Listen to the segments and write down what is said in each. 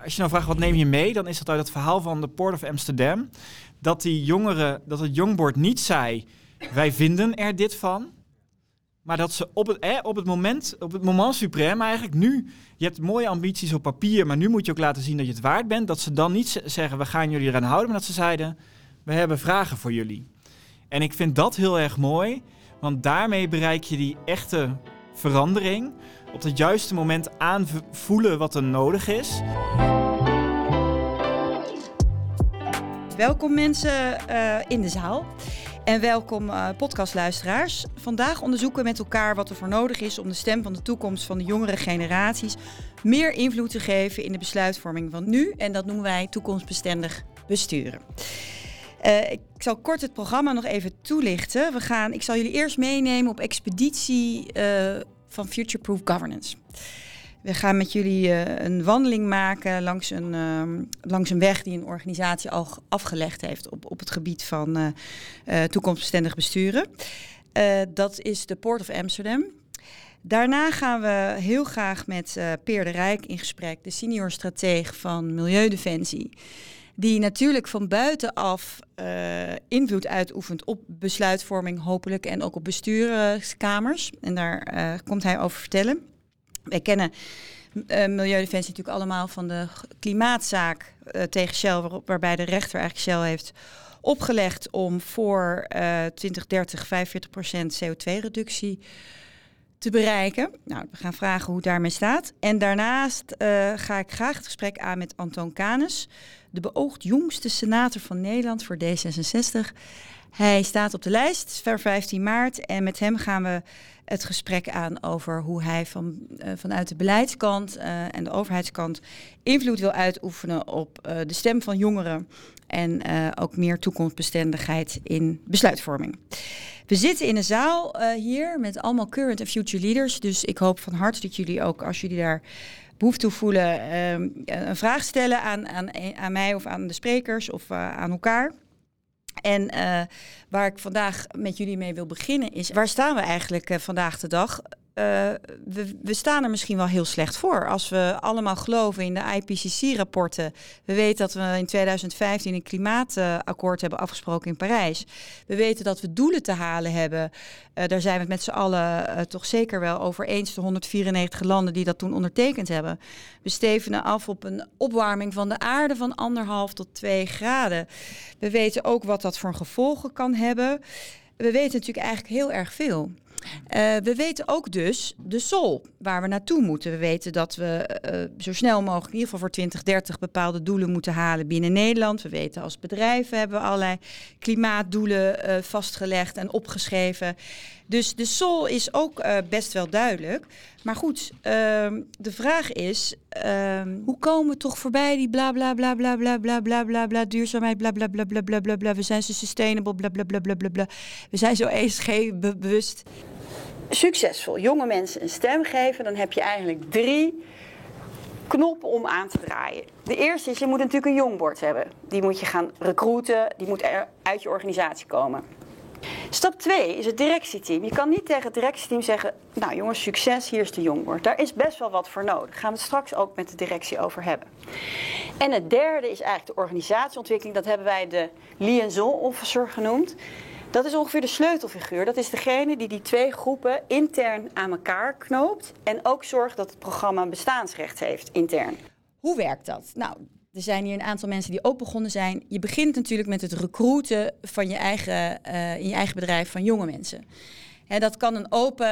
als je nou vraagt wat neem je mee, dan is dat uit het verhaal van de Port of Amsterdam. Dat het Youngboard niet zei, wij vinden er dit van. Maar dat ze op het moment suprême eigenlijk nu, je hebt mooie ambities op papier, maar nu moet je ook laten zien dat je het waard bent. Dat ze dan niet zeggen, we gaan jullie eraan houden, maar dat ze zeiden, we hebben vragen voor jullie. En ik vind dat heel erg mooi, want daarmee bereik je die echte verandering. Op het juiste moment aanvoelen wat er nodig is. Welkom mensen in de zaal. En welkom podcastluisteraars. Vandaag onderzoeken we met elkaar wat er voor nodig is om de stem van de toekomst van de jongere generaties meer invloed te geven in de besluitvorming van nu. En dat noemen wij toekomstbestendig besturen. Ik zal kort het programma nog even toelichten. Ik zal jullie eerst meenemen op expeditie van Future Proof Governance. We gaan met jullie een wandeling maken langs een weg die een organisatie al afgelegd heeft op het gebied van toekomstbestendig besturen. Dat is de Port of Amsterdam. Daarna gaan we heel graag met Peer de Rijk in gesprek, de senior strateeg van Milieudefensie. Die natuurlijk van buitenaf invloed uitoefent op besluitvorming hopelijk en ook op bestuurskamers. En daar komt hij over vertellen. Wij kennen Milieudefensie natuurlijk allemaal van de klimaatzaak tegen Shell, waarbij de rechter eigenlijk Shell heeft opgelegd om voor 2030 45% CO2-reductie te bereiken. Nou, we gaan vragen hoe het daarmee staat. En daarnaast ga ik graag het gesprek aan met Antoon Canes, de beoogd jongste senator van Nederland voor D66. Hij staat op de lijst per 15 maart en met hem gaan we het gesprek aan over hoe hij vanuit de beleidskant en de overheidskant invloed wil uitoefenen op de stem van jongeren en ook meer toekomstbestendigheid in besluitvorming. We zitten in een zaal hier met allemaal current en future leaders, dus ik hoop van harte dat jullie ook, als jullie daar behoefte toe voelen, een vraag stellen aan mij of aan de sprekers of aan elkaar. En waar ik vandaag met jullie mee wil beginnen is, waar staan we eigenlijk vandaag de dag? We staan er misschien wel heel slecht voor als we allemaal geloven in de IPCC-rapporten. We weten dat we in 2015 een klimaatakkoord hebben afgesproken in Parijs. We weten dat we doelen te halen hebben. Daar zijn we het met z'n allen toch zeker wel over eens, de 194 landen die dat toen ondertekend hebben. We stevenen af op een opwarming van de aarde van 1,5 tot 2 graden. We weten ook wat dat voor gevolgen kan hebben. We weten natuurlijk eigenlijk heel erg veel. We weten ook dus de SOL, waar we naartoe moeten. We weten dat we zo snel mogelijk, in ieder geval voor 2030, bepaalde doelen moeten halen binnen Nederland. We weten als bedrijven hebben we allerlei klimaatdoelen vastgelegd en opgeschreven. Dus de SOL is ook best wel duidelijk. Maar goed, de vraag is, hoe komen we toch voorbij die bla bla bla bla bla bla bla bla bla duurzaamheid bla bla bla bla bla bla bla. We zijn zo sustainable bla bla bla bla bla bla. We zijn zo ESG bewust. Succesvol jonge mensen een stem geven, dan heb je eigenlijk 3 knoppen om aan te draaien. De eerste is, je moet natuurlijk een Youngboard hebben. Die moet je gaan recruiten, die moet uit je organisatie komen. Stap 2 is het directieteam. Je kan niet tegen het directieteam zeggen, nou jongens, succes, hier is de Youngboard. Daar is best wel wat voor nodig. Daar gaan we het straks ook met de directie over hebben. En het derde is eigenlijk de organisatieontwikkeling. Dat hebben wij de liaison officer genoemd. Dat is ongeveer de sleutelfiguur. Dat is degene die 2 groepen intern aan elkaar knoopt en ook zorgt dat het programma bestaansrecht heeft intern. Hoe werkt dat? Nou, er zijn hier een aantal mensen die ook begonnen zijn. Je begint natuurlijk met het recruiten van in je eigen bedrijf van jonge mensen. Dat kan een open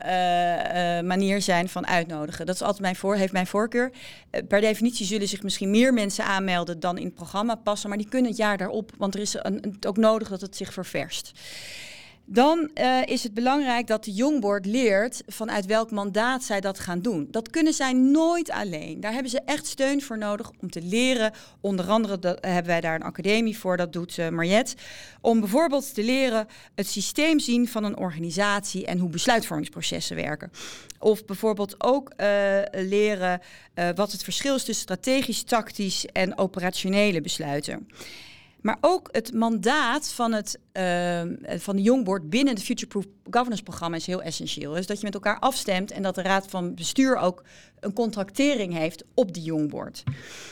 manier zijn van uitnodigen. Dat is altijd heeft mijn voorkeur. Per definitie zullen zich misschien meer mensen aanmelden dan in het programma passen, maar die kunnen het jaar daarop, want er is ook nodig dat het zich ververst. Dan is het belangrijk dat de Youngboard leert vanuit welk mandaat zij dat gaan doen. Dat kunnen zij nooit alleen. Daar hebben ze echt steun voor nodig om te leren. Onder andere hebben wij daar een academie voor, dat doet Mariette. Om bijvoorbeeld te leren het systeem zien van een organisatie en hoe besluitvormingsprocessen werken. Of bijvoorbeeld ook leren wat het verschil is tussen strategisch, tactisch en operationele besluiten. Maar ook het mandaat van de Youngboard binnen het Future-Proof Governance programma is heel essentieel. Dus dat je met elkaar afstemt en dat de Raad van Bestuur ook een contractering heeft op die Youngboard.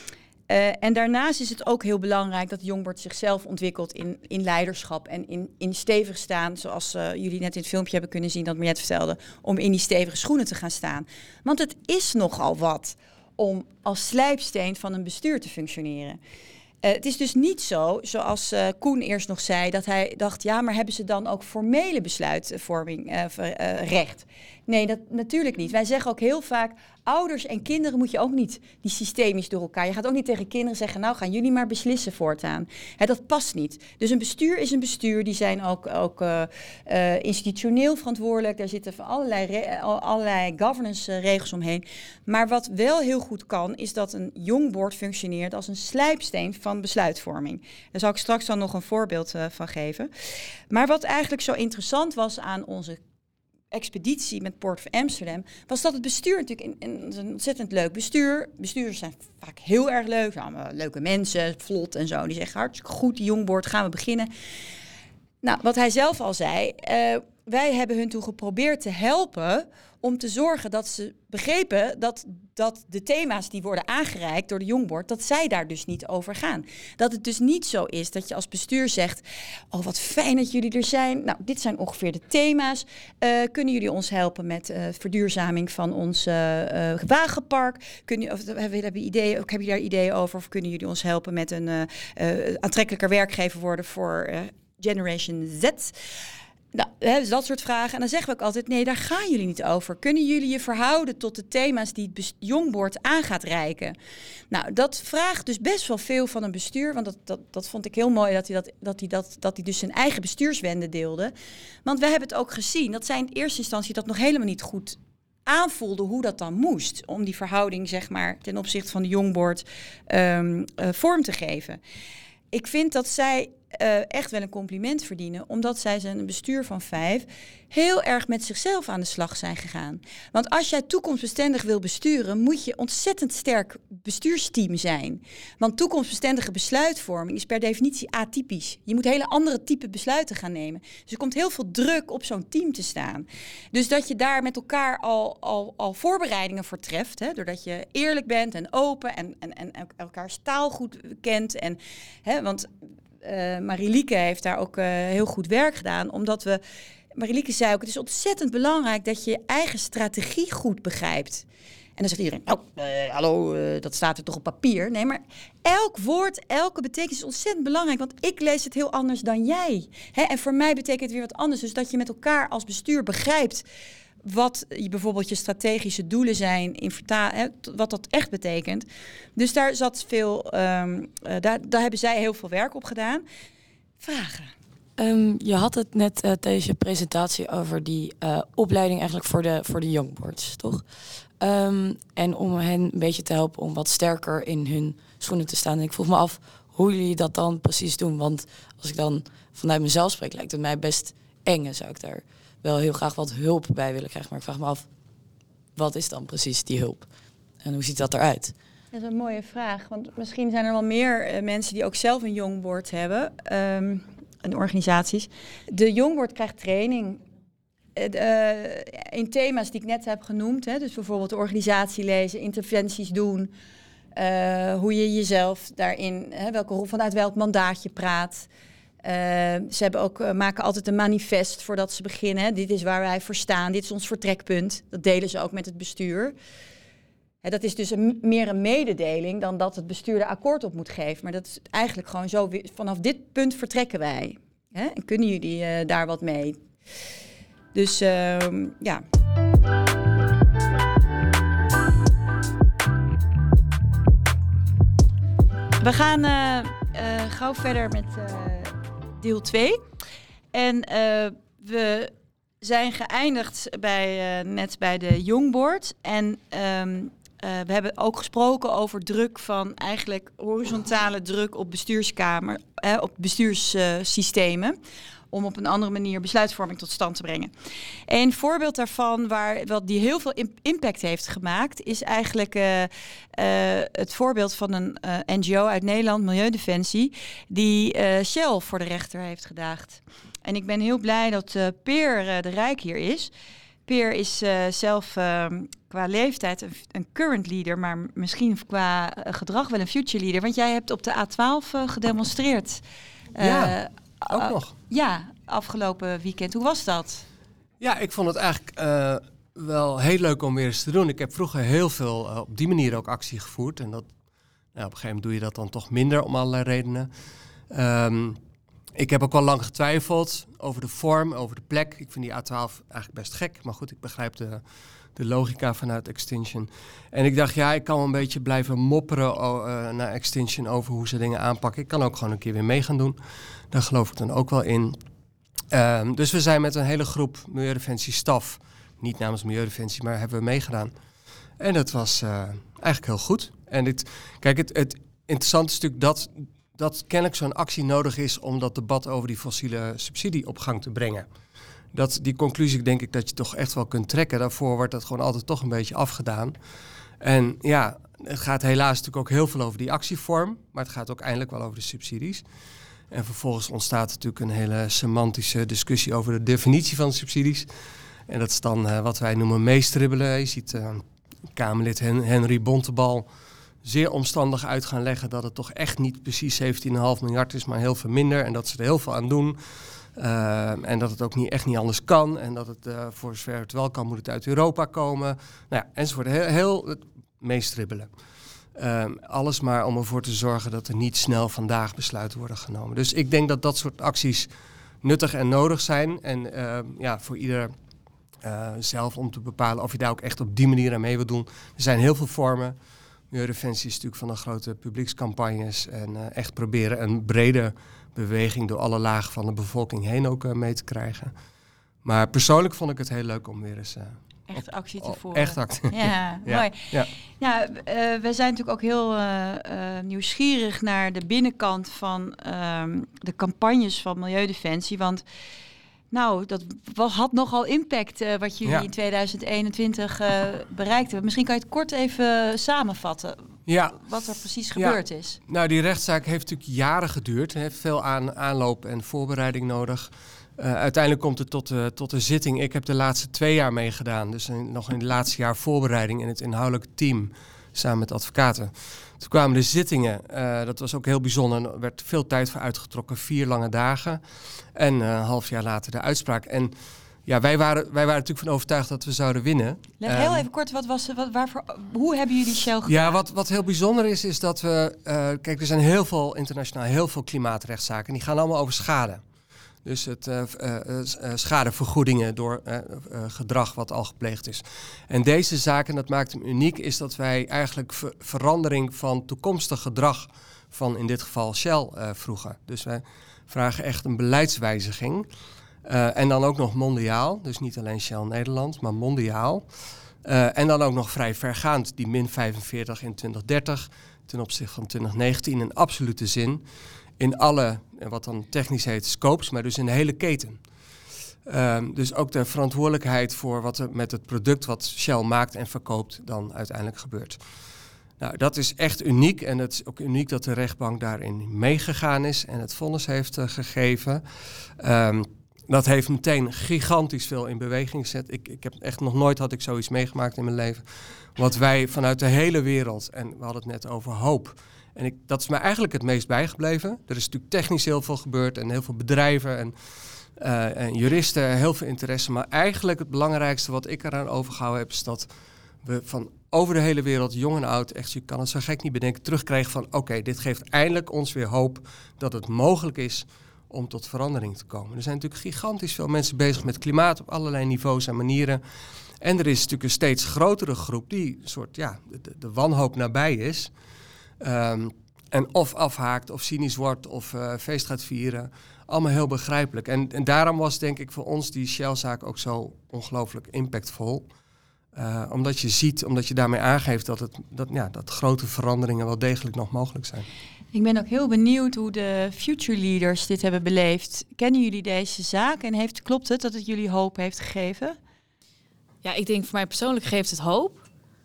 En daarnaast is het ook heel belangrijk dat de Youngboard zichzelf ontwikkelt in leiderschap en in stevig staan, zoals jullie net in het filmpje hebben kunnen zien dat Mariette vertelde, om in die stevige schoenen te gaan staan. Want het is nogal wat om als slijpsteen van een bestuur te functioneren. Het is dus niet zo, zoals Koen eerst nog zei, dat hij dacht, ja, maar hebben ze dan ook formele besluitvorming recht? Nee, dat natuurlijk niet. Wij zeggen ook heel vaak, ouders en kinderen moet je ook niet die systemisch door elkaar. Je gaat ook niet tegen kinderen zeggen, nou gaan jullie maar beslissen voortaan. Dat past niet. Dus een bestuur is een bestuur. Die zijn ook institutioneel verantwoordelijk. Daar zitten allerlei governance regels omheen. Maar wat wel heel goed kan, is dat een Youngboard functioneert als een slijpsteen van besluitvorming. Daar zal ik straks dan nog een voorbeeld van geven. Maar wat eigenlijk zo interessant was aan onze expeditie met Port of Amsterdam, was dat het bestuur natuurlijk een ontzettend leuk bestuur. Bestuurders zijn vaak heel erg leuk, leuke mensen, vlot en zo. Die zeggen hartstikke goed, die Youngboard, gaan we beginnen. Nou, wat hij zelf al zei, wij hebben hun toen geprobeerd te helpen om te zorgen dat ze begrepen dat de thema's die worden aangereikt door de Youngboard, dat zij daar dus niet over gaan. Dat het dus niet zo is dat je als bestuur zegt, oh wat fijn dat jullie er zijn. Nou, dit zijn ongeveer de thema's. Kunnen jullie ons helpen met verduurzaming van ons wagenpark? Heb je daar ideeën over? Of kunnen jullie ons helpen met een aantrekkelijker werkgever worden voor Generation Z? Nou, dus dat soort vragen. En dan zeggen we ook altijd, nee, daar gaan jullie niet over. Kunnen jullie je verhouden tot de thema's die het Youngboard aan gaat reiken? Nou, dat vraagt dus best wel veel van een bestuur. Want dat vond ik heel mooi dat hij dus zijn eigen bestuurswende deelde. Want we hebben het ook gezien dat zij in eerste instantie dat nog helemaal niet goed aanvoelde hoe dat dan moest. Om die verhouding, zeg maar, ten opzichte van de Youngboard vorm te geven. Ik vind dat zij echt wel een compliment verdienen, omdat zij zijn bestuur van 5 heel erg met zichzelf aan de slag zijn gegaan. Want als jij toekomstbestendig wil besturen, moet je ontzettend sterk bestuursteam zijn. Want toekomstbestendige besluitvorming is per definitie atypisch. Je moet hele andere type besluiten gaan nemen. Dus er komt heel veel druk op zo'n team te staan. Dus dat je daar met elkaar al voorbereidingen voor treft, hè, doordat je eerlijk bent en open en elkaars taal goed kent. Want Marielieke heeft daar ook heel goed werk gedaan, omdat Marielieke zei ook, het is ontzettend belangrijk dat je je eigen strategie goed begrijpt. En dan zegt iedereen, hallo, dat staat er toch op papier? Nee, maar elk woord, elke betekenis is ontzettend belangrijk, want ik lees het heel anders dan jij. En voor mij betekent het weer wat anders. Dus dat je met elkaar als bestuur begrijpt wat bijvoorbeeld je strategische doelen zijn, wat dat echt betekent. Dus daar zat veel, daar hebben zij heel veel werk op gedaan. Vragen? Je had het net tijdens je presentatie over die opleiding eigenlijk voor de Youngboards, toch? En om hen een beetje te helpen om wat sterker in hun schoenen te staan. En ik vroeg me af hoe jullie dat dan precies doen. Want als ik dan vanuit mezelf spreek, lijkt het mij best eng. En zou ik daar wel heel graag wat hulp bij willen krijgen. Maar ik vraag me af, wat is dan precies die hulp? En hoe ziet dat eruit? Dat is een mooie vraag. Want misschien zijn er wel meer mensen die ook zelf een Youngboard hebben. En organisaties. De Youngboard krijgt training in thema's die ik net heb genoemd. Hè, dus bijvoorbeeld de organisatie lezen, interventies doen. Hoe je jezelf daarin, vanuit welk mandaat je praat. Ze hebben ook, maken altijd een manifest voordat ze beginnen. Hè. Dit is waar wij voor staan, dit is ons vertrekpunt. Dat delen ze ook met het bestuur. Dat is dus meer een mededeling dan dat het bestuur er akkoord op moet geven. Maar dat is eigenlijk gewoon zo, vanaf dit punt vertrekken wij. En kunnen jullie daar wat mee? Dus ja. We gaan gauw verder met deel 2. En we zijn geëindigd net bij de Youngboard. En we hebben ook gesproken over druk van eigenlijk horizontale druk op bestuurskamer, op bestuurssystemen. om op een andere manier besluitvorming tot stand te brengen. Een voorbeeld daarvan wat die heel veel impact heeft gemaakt, is eigenlijk het voorbeeld van een NGO uit Nederland, Milieudefensie, die Shell voor de rechter heeft gedaagd. En ik ben heel blij dat Peer de Rijk hier is. Peer is zelf qua leeftijd een current leader, maar misschien qua gedrag wel een future leader. Want jij hebt op de A12 gedemonstreerd. Ook nog. Ja, afgelopen weekend. Hoe was dat? Ja, ik vond het eigenlijk wel heel leuk om weer eens te doen. Ik heb vroeger heel veel op die manier ook actie gevoerd. En dat, op een gegeven moment doe je dat dan toch minder om allerlei redenen. Ik heb ook wel lang getwijfeld over de vorm, over de plek. Ik vind die A12 eigenlijk best gek. Maar goed, ik begrijp de logica vanuit Extinction. En ik dacht, ik kan wel een beetje blijven mopperen naar Extinction over hoe ze dingen aanpakken. Ik kan ook gewoon een keer weer mee gaan doen. Daar geloof ik dan ook wel in. Dus we zijn met een hele groep Milieudefensie-staf, niet namens Milieudefensie, maar hebben we meegedaan. En dat was eigenlijk heel goed. En het interessante is natuurlijk dat kennelijk zo'n actie nodig is om dat debat over die fossiele subsidie op gang te brengen. Die conclusie denk ik dat je toch echt wel kunt trekken. Daarvoor wordt dat gewoon altijd toch een beetje afgedaan. En ja, het gaat helaas natuurlijk ook heel veel over die actievorm, maar het gaat ook eindelijk wel over de subsidies. En vervolgens ontstaat natuurlijk een hele semantische discussie over de definitie van subsidies. En dat is dan wat wij noemen meestribbelen. Je ziet Kamerlid Henry Bontebal zeer omstandig uit gaan leggen dat het toch echt niet precies 17,5 miljard is, maar heel veel minder. En dat ze er heel veel aan doen. En dat het ook echt niet anders kan. En dat het voor zover het wel kan, moet het uit Europa komen. Nou ja, enzovoort. Heel meestribbelen. Alles maar om ervoor te zorgen dat er niet snel vandaag besluiten worden genomen. Dus ik denk dat dat soort acties nuttig en nodig zijn. En voor ieder zelf om te bepalen of je daar ook echt op die manier aan mee wil doen. Er zijn heel veel vormen. Milieudefensie is natuurlijk van de grote publiekscampagnes. En echt proberen een brede beweging door alle lagen van de bevolking heen ook mee te krijgen. Maar persoonlijk vond ik het heel leuk om weer eens echt actie te voeren. Echt actie. Ja, mooi. Ja, we zijn natuurlijk ook heel nieuwsgierig naar de binnenkant van de campagnes van Milieudefensie. Want dat had nogal impact wat jullie in 2021 bereikt hebben. Misschien kan je het kort even samenvatten wat er precies gebeurd is. Nou, die rechtszaak heeft natuurlijk jaren geduurd. Het heeft veel aanloop en voorbereiding nodig. Uiteindelijk komt het tot de zitting. Ik heb de laatste 2 jaar meegedaan. Dus nog in het laatste jaar voorbereiding in het inhoudelijke team samen met advocaten. Toen kwamen de zittingen. Dat was ook heel bijzonder. Er werd veel tijd voor uitgetrokken. 4 lange dagen. En een half jaar later de uitspraak. En wij waren natuurlijk van overtuigd dat we zouden winnen. Leg heel even kort, hoe hebben jullie Shell gedaan? Ja, wat heel bijzonder is dat we... kijk, er zijn heel veel klimaatrechtszaken. Die gaan allemaal over schade. Dus het schadevergoedingen door gedrag wat al gepleegd is. En deze zaken, dat maakt hem uniek, is dat wij eigenlijk verandering van toekomstig gedrag van in dit geval Shell vroegen. Dus wij vragen echt een beleidswijziging. En dan ook nog mondiaal, dus niet alleen Shell Nederland, maar mondiaal. En dan ook nog vrij vergaand, die min 45 in 2030 ten opzichte van 2019 in absolute zin. In alle, wat dan technisch heet, scopes, maar dus in de hele keten. Dus ook de verantwoordelijkheid voor wat er met het product wat Shell maakt en verkoopt dan uiteindelijk gebeurt. Nou, dat is echt uniek en het is ook uniek dat de rechtbank daarin meegegaan is en het vonnis heeft gegeven. Dat heeft meteen gigantisch veel in beweging gezet. Ik heb echt nog nooit had ik zoiets meegemaakt in mijn leven. Wat wij vanuit de hele wereld, en we hadden het net over hoop. En dat is mij eigenlijk het meest bijgebleven. Er is natuurlijk technisch heel veel gebeurd en heel veel bedrijven en juristen, heel veel interesse. Maar eigenlijk het belangrijkste wat ik eraan overgehouden heb, is dat we van over de hele wereld, jong en oud, echt, je kan het zo gek niet bedenken, terugkregen van oké, dit geeft eindelijk ons weer hoop dat het mogelijk is om tot verandering te komen. Er zijn natuurlijk gigantisch veel mensen bezig met klimaat op allerlei niveaus en manieren. En er is natuurlijk een steeds grotere groep die een soort, de wanhoop nabij is. En of afhaakt, of cynisch wordt, of feest gaat vieren. Allemaal heel begrijpelijk. En daarom was denk ik voor ons die Shell-zaak ook zo ongelooflijk impactvol. Omdat je daarmee aangeeft dat grote veranderingen wel degelijk nog mogelijk zijn. Ik ben ook heel benieuwd hoe de future leaders dit hebben beleefd. Kennen jullie deze zaak en klopt het dat het jullie hoop heeft gegeven? Ja, ik denk voor mij persoonlijk geeft het hoop.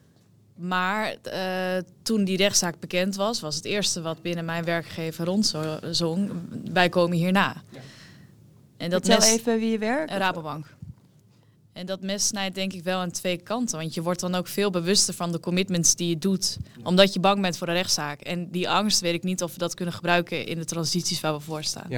Maar toen die rechtszaak bekend was het eerste wat binnen mijn werkgever rondzong, wij komen hierna. Ja. En dat Vertel even wie je werkt. Rabobank. En dat mes snijdt denk ik wel aan twee kanten. Want je wordt dan ook veel bewuster van de commitments die je doet. Omdat je bang bent voor een rechtszaak. En die angst weet ik niet of we dat kunnen gebruiken in de transities waar we voor staan.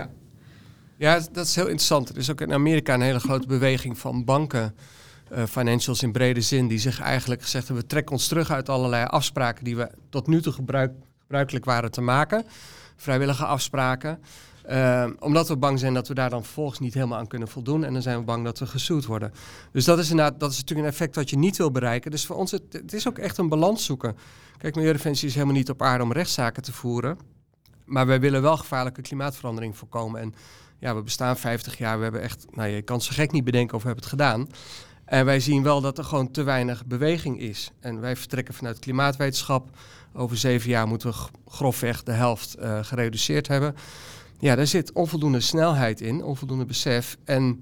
Ja, dat is heel interessant. Er is ook in Amerika een hele grote beweging van banken, financials in brede zin, die zich eigenlijk gezegd hebben, we trekken ons terug uit allerlei afspraken die we tot nu toe gebruikelijk waren te maken. Vrijwillige afspraken. Omdat we bang zijn dat we daar dan vervolgens niet helemaal aan kunnen voldoen. En dan zijn we bang dat we gesued worden. Dus dat is natuurlijk een effect wat je niet wil bereiken. Dus voor ons, het is ook echt een balans zoeken. Kijk, Milieudefensie is helemaal niet op aarde om rechtszaken te voeren. Maar wij willen wel gevaarlijke klimaatverandering voorkomen. En ja, we bestaan 50 jaar. We hebben echt, je kan het zo gek niet bedenken of we hebben het gedaan. En wij zien wel dat er gewoon te weinig beweging is. En wij vertrekken vanuit klimaatwetenschap. Over 7 jaar moeten we grofweg de helft gereduceerd hebben. Ja, daar zit onvoldoende snelheid in, onvoldoende besef. En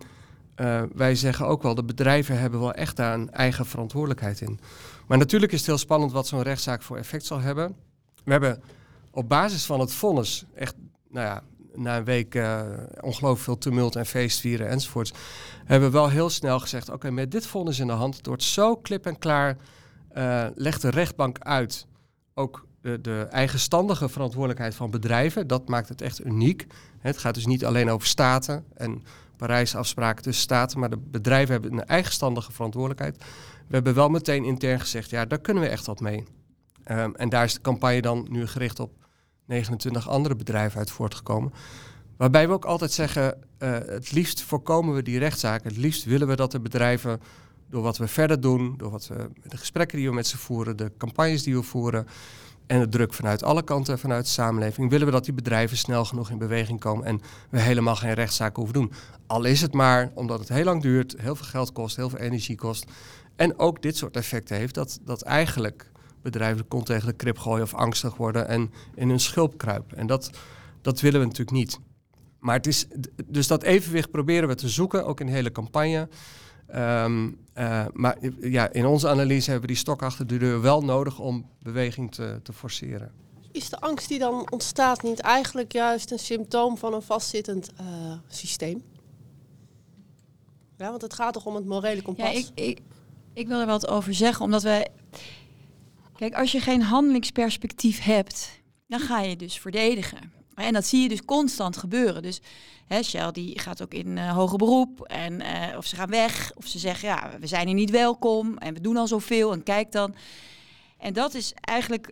wij zeggen ook wel, de bedrijven hebben wel echt daar een eigen verantwoordelijkheid in. Maar natuurlijk is het heel spannend wat zo'n rechtszaak voor effect zal hebben. We hebben op basis van het vonnis echt, na een week ongelooflijk veel tumult en feestvieren enzovoorts, hebben we wel heel snel gezegd, oké, met dit vonnis in de hand, het wordt zo klip en klaar, legt de rechtbank uit ook de eigenstandige verantwoordelijkheid van bedrijven. Dat maakt het echt uniek. Het gaat dus niet alleen over staten en Parijse afspraken tussen staten, maar de bedrijven hebben een eigenstandige verantwoordelijkheid. We hebben wel meteen intern gezegd, ja, daar kunnen we echt wat mee. En daar is de campagne dan nu gericht op 29 andere bedrijven uit voortgekomen. Waarbij we ook altijd zeggen, het liefst voorkomen we die rechtszaken. Het liefst willen we dat de bedrijven, door wat we verder doen, door de gesprekken die we met ze voeren, de campagnes die we voeren en de druk vanuit alle kanten, vanuit de samenleving, willen we dat die bedrijven snel genoeg in beweging komen en we helemaal geen rechtszaken hoeven doen. Al is het maar omdat het heel lang duurt, heel veel geld kost, heel veel energie kost. En ook dit soort effecten heeft dat eigenlijk bedrijven de kont tegen de krip gooien of angstig worden en in hun schulp kruipen. En dat willen we natuurlijk niet. Maar het is, dus dat evenwicht proberen we te zoeken, ook in de hele campagne. Maar ja, in onze analyse hebben we die stok achter de deur wel nodig om beweging te forceren. Is de angst die dan ontstaat niet eigenlijk juist een symptoom van een vastzittend systeem? Ja, want het gaat toch om het morele kompas? Ja, ik wil er wat over zeggen, omdat wij... Kijk, als je geen handelingsperspectief hebt, dan ga je dus verdedigen. En dat zie je dus constant gebeuren. Dus Shell die gaat ook in hoger beroep. En of ze gaan weg. Of ze zeggen, ja, we zijn hier niet welkom. En we doen al zoveel. En kijk dan. En dat is eigenlijk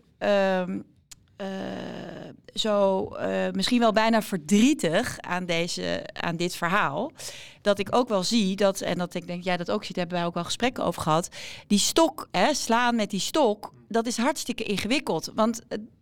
misschien wel bijna verdrietig aan dit verhaal. Dat ik ook wel zie, en dat ik denk, jij dat ook ziet, hebben wij ook wel gesprekken over gehad. Die stok, slaan met die stok, dat is hartstikke ingewikkeld. Want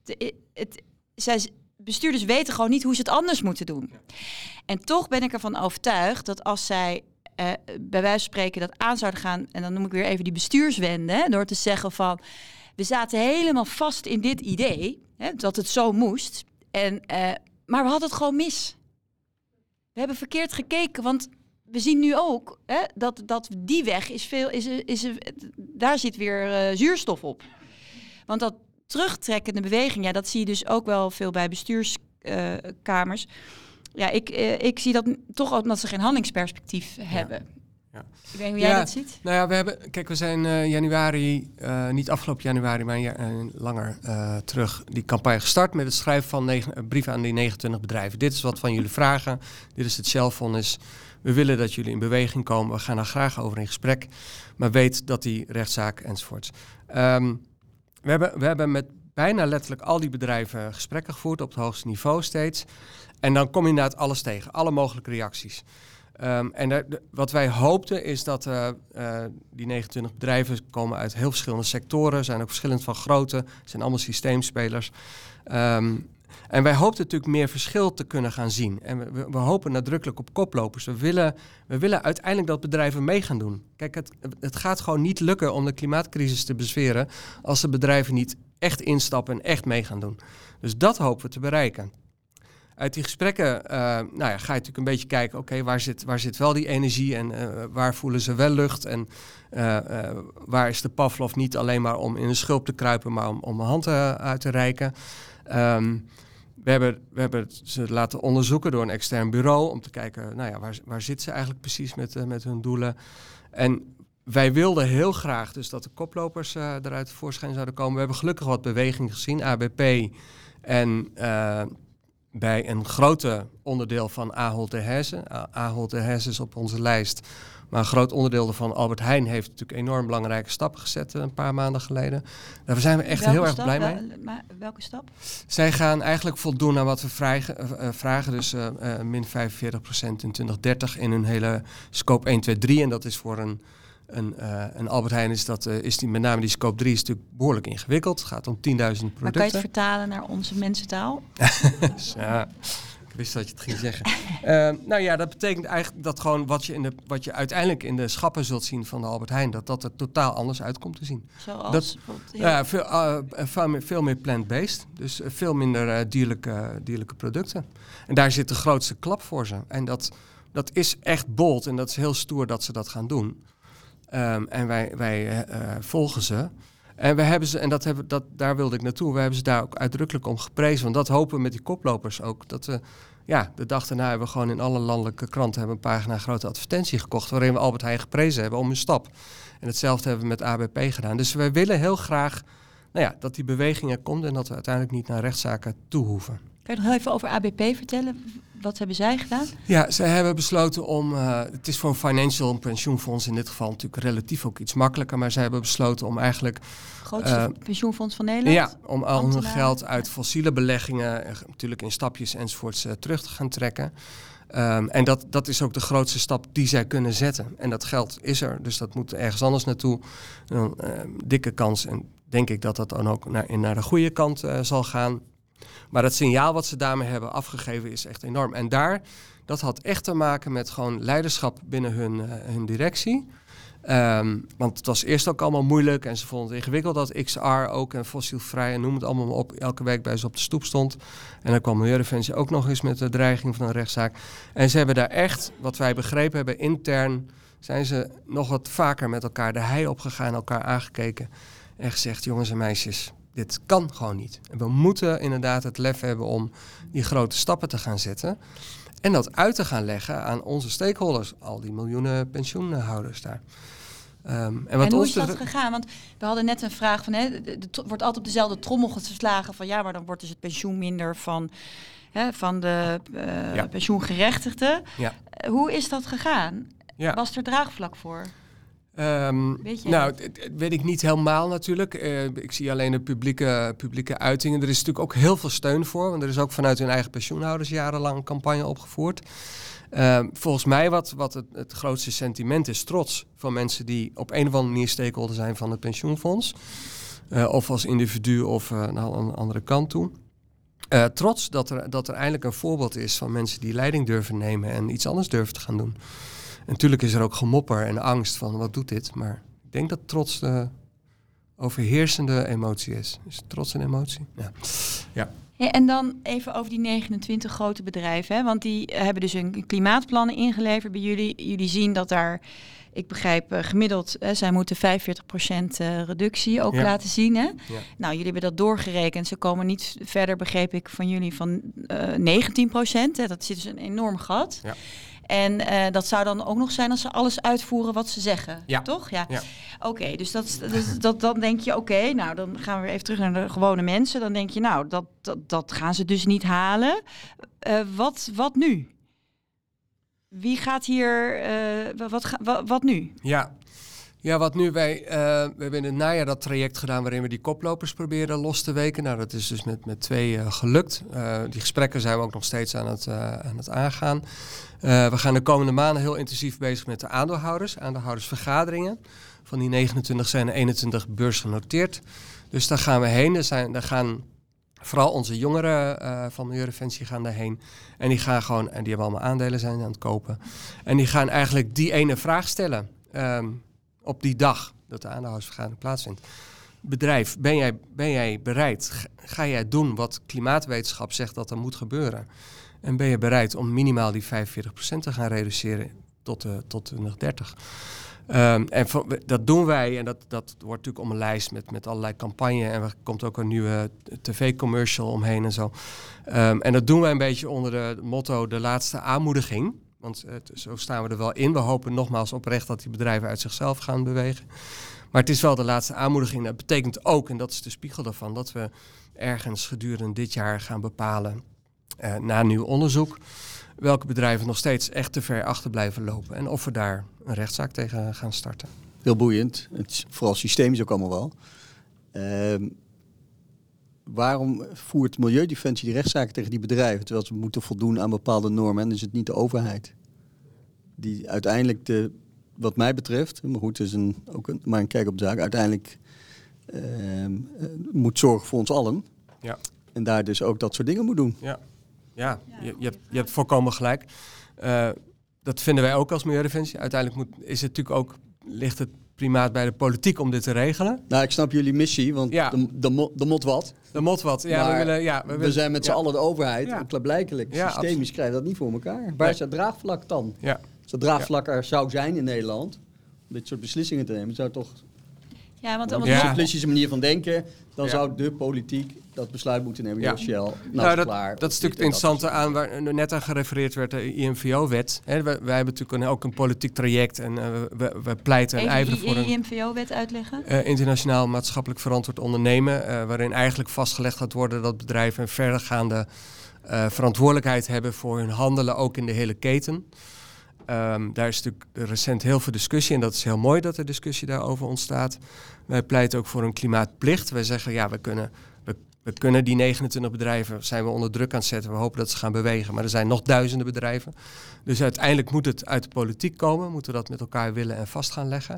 bestuurders weten gewoon niet hoe ze het anders moeten doen. En toch ben ik ervan overtuigd dat als zij bij wijze van spreken dat aan zouden gaan, en dan noem ik weer even die bestuurswende, door te zeggen van, we zaten helemaal vast in dit idee, dat het zo moest, maar we hadden het gewoon mis. We hebben verkeerd gekeken, want we zien nu ook dat die weg daar zit weer zuurstof op. Want dat terugtrekkende beweging, dat zie je dus ook wel veel bij bestuurskamers. Ik zie dat toch ook omdat ze geen handelingsperspectief hebben. Ja. Ik weet niet hoe jij dat ziet. Nou ja, we zijn januari, niet afgelopen januari, maar langer terug die campagne gestart met het schrijven van brieven aan die 29 bedrijven. Dit is wat van jullie vragen. Dit is het Shell-vonnis. We willen dat jullie in beweging komen. We gaan daar graag over in gesprek. Maar weet dat die rechtszaak enzovoorts. We hebben met bijna letterlijk al die bedrijven gesprekken gevoerd op het hoogste niveau steeds. En dan kom je inderdaad alles tegen, alle mogelijke reacties. Wat wij hoopten is dat die 29 bedrijven komen uit heel verschillende sectoren, zijn ook verschillend van grootte, zijn allemaal systeemspelers. En wij hoopten natuurlijk meer verschil te kunnen gaan zien. En we hopen nadrukkelijk op koplopers. We willen uiteindelijk dat bedrijven mee gaan doen. Kijk, het gaat gewoon niet lukken om de klimaatcrisis te bezweren als de bedrijven niet echt instappen en echt mee gaan doen. Dus dat hopen we te bereiken. Uit die gesprekken ga je natuurlijk een beetje kijken, oké, waar zit wel die energie en waar voelen ze wel lucht en waar is de Pavlov niet alleen maar om in een schulp te kruipen, maar om een hand uit te reiken. We hebben ze laten onderzoeken door een extern bureau om te kijken, waar zitten ze eigenlijk precies met hun doelen. En wij wilden heel graag dus dat de koplopers eruit tevoorschijn zouden komen. We hebben gelukkig wat beweging gezien, ABP en bij een grote onderdeel van Ahold Delhaize. Ahold Delhaize is op onze lijst. Maar een groot onderdeel van Albert Heijn heeft natuurlijk enorm belangrijke stappen gezet een paar maanden geleden. Daar zijn we echt heel erg blij mee. Welke stap? Zij gaan eigenlijk voldoen aan wat we vragen. Dus min 45% in 2030 in hun hele scope 1, 2, 3. En dat is voor een Albert Heijn is die met name die scope 3 is natuurlijk behoorlijk ingewikkeld. Het gaat om 10.000 producten. Maar kan je het vertalen naar onze mensentaal? Ja, ik wist dat je het ging zeggen. Dat betekent eigenlijk dat gewoon wat je uiteindelijk in de schappen zult zien van de Albert Heijn, dat er totaal anders uit komt te zien. Zoals? Veel meer plant-based. Dus veel minder dierlijke producten. En daar zit de grootste klap voor ze. En dat is echt bold en dat is heel stoer dat ze dat gaan doen. En wij volgen ze. En we hebben ze, daar wilde ik naartoe, we hebben ze daar ook uitdrukkelijk om geprezen. Want dat hopen we met die koplopers ook. Dat we, de dag daarna hebben we gewoon in alle landelijke kranten een pagina grote advertentie gekocht, waarin we Albert Heijn geprezen hebben om hun stap. En hetzelfde hebben we met ABP gedaan. Dus wij willen heel graag dat die beweging er komt en dat we uiteindelijk niet naar rechtszaken toe hoeven. Kan je nog even over ABP vertellen? Wat hebben zij gedaan? Ja, zij hebben besloten om, het is voor een financial pensioenfonds in dit geval natuurlijk relatief ook iets makkelijker, maar zij hebben besloten om eigenlijk grootste pensioenfonds van Nederland? Ja, om al hun geld uit fossiele beleggingen, natuurlijk in stapjes enzovoorts, terug te gaan trekken. En dat is ook de grootste stap die zij kunnen zetten. En dat geld is er, dus dat moet ergens anders naartoe. Dikke kans en denk ik dat dan ook naar de goede kant zal gaan. Maar het signaal wat ze daarmee hebben afgegeven is echt enorm. En dat had echt te maken met gewoon leiderschap binnen hun directie. Want het was eerst ook allemaal moeilijk en ze vonden het ingewikkeld dat XR ook en fossielvrij en noem het allemaal maar op, elke week bij ze op de stoep stond. En dan kwam Milieudefensie ook nog eens met de dreiging van een rechtszaak. En ze hebben daar echt, wat wij begrepen hebben, intern zijn ze nog wat vaker met elkaar de hei opgegaan, elkaar aangekeken en gezegd, jongens en meisjes, dit kan gewoon niet. En we moeten inderdaad het lef hebben om die grote stappen te gaan zetten. En dat uit te gaan leggen aan onze stakeholders. Al die miljoenen pensioenhouders daar. En hoe is dat gegaan? Want we hadden net een vraag van, het wordt altijd op dezelfde trommel geslagen van, maar dan wordt dus het pensioen minder van de pensioengerechtigden. Ja. Hoe is dat gegaan? Ja. Was er draagvlak voor? Weet ik niet helemaal natuurlijk. Ik zie alleen de publieke uitingen. Er is natuurlijk ook heel veel steun voor. Want er is ook vanuit hun eigen pensioenhouders jarenlang een campagne opgevoerd. Volgens mij wat het grootste sentiment is trots van mensen die op een of andere manier stakeholder zijn van het pensioenfonds. Of als individu of aan een andere kant toe. Trots dat er eindelijk een voorbeeld is van mensen die leiding durven nemen en iets anders durven te gaan doen. En natuurlijk is er ook gemopper en angst van wat doet dit. Maar ik denk dat trots de overheersende emotie is. Is trots een emotie? Ja. Ja, en dan even over die 29 grote bedrijven. Hè? Want die hebben dus hun klimaatplannen ingeleverd bij jullie. Jullie zien dat daar, ik begrijp gemiddeld, zij moeten 45% reductie ook laten zien. Hè? Ja. Nou, jullie hebben dat doorgerekend. Ze komen niet verder, begreep ik van jullie, van 19%. Hè? Dat zit dus een enorm gat. Ja. En dat zou dan ook nog zijn als ze alles uitvoeren wat ze zeggen, toch? Ja. Oké, dus dan denk je, nou dan gaan we weer even terug naar de gewone mensen. Dan denk je, nou, dat gaan ze dus niet halen. Wat nu? Wie gaat hier, wat nu? Ja, wat nu? We hebben in het najaar dat traject gedaan waarin we die koplopers proberen los te weken. Nou, dat is dus met 2 gelukt. Die gesprekken zijn we ook nog steeds aan het aangaan. We gaan de komende maanden heel intensief bezig met de aandeelhoudersvergaderingen. Van die 29 zijn er 21 beursgenoteerd. Dus daar gaan we heen. Daar gaan vooral onze jongeren van Milieudefensie gaan daarheen. En die gaan gewoon, en die hebben allemaal aandelen, zijn aan het kopen. En die gaan eigenlijk die ene vraag stellen op die dag dat de aandeelhoudersvergadering plaatsvindt. bedrijf, ben jij bereid? Ga jij doen wat klimaatwetenschap zegt dat er moet gebeuren? En ben je bereid om minimaal die 45% te gaan reduceren tot 2030? Dat doen wij en dat wordt natuurlijk om een lijst met allerlei campagne. En er komt ook een nieuwe tv-commercial omheen en zo. En dat doen wij een beetje onder het motto de laatste aanmoediging. Want zo staan we er wel in. We hopen nogmaals oprecht dat die bedrijven uit zichzelf gaan bewegen. Maar het is wel de laatste aanmoediging. Dat betekent ook, en dat is de spiegel daarvan, dat we ergens gedurende dit jaar gaan bepalen, na nieuw onderzoek, welke bedrijven nog steeds echt te ver achter blijven lopen. En of we daar een rechtszaak tegen gaan starten. Heel boeiend. Het is vooral systemisch ook allemaal wel. Waarom voert Milieudefensie die rechtszaken tegen die bedrijven, terwijl ze moeten voldoen aan bepaalde normen? En is het niet de overheid die uiteindelijk wat mij betreft, maar goed, het is maar een kijk op de zaak, uiteindelijk moet zorgen voor ons allen. Ja. En daar dus ook dat soort dingen moet doen. Ja, je hebt volkomen gelijk. Dat vinden wij ook als Milieudefensie. Uiteindelijk ligt het primaat bij de politiek om dit te regelen. Nou, ik snap jullie missie, want de mot wat. De mot wat. Ja, we zijn met z'n allen de overheid. Ja. En klaarblijkelijk, systemisch krijgen we dat niet voor elkaar. Waar is dat draagvlak dan? Ja. Als dat draagvlak er zou zijn in Nederland, om dit soort beslissingen te nemen, zou toch... Ja, want Een simplistische manier van denken, dan zou de politiek dat besluit moeten nemen. Ja. Shell, klaar. Dat is natuurlijk het interessante aan waar net aan gerefereerd werd, de IMVO-wet. Wij hebben natuurlijk ook een politiek traject en we pleiten en ijveren voor een IMVO-wet uitleggen. Internationaal maatschappelijk verantwoord ondernemen, waarin eigenlijk vastgelegd gaat worden dat bedrijven een verdergaande verantwoordelijkheid hebben voor hun handelen, ook in de hele keten. Daar is natuurlijk recent heel veel discussie en dat is heel mooi dat er discussie daarover ontstaat. Wij pleiten ook voor een klimaatplicht. Wij zeggen, we kunnen die 29 bedrijven, zijn we onder druk aan het zetten. We hopen dat ze gaan bewegen, maar er zijn nog duizenden bedrijven. Dus uiteindelijk moet het uit de politiek komen. Moeten we dat met elkaar willen en vast gaan leggen.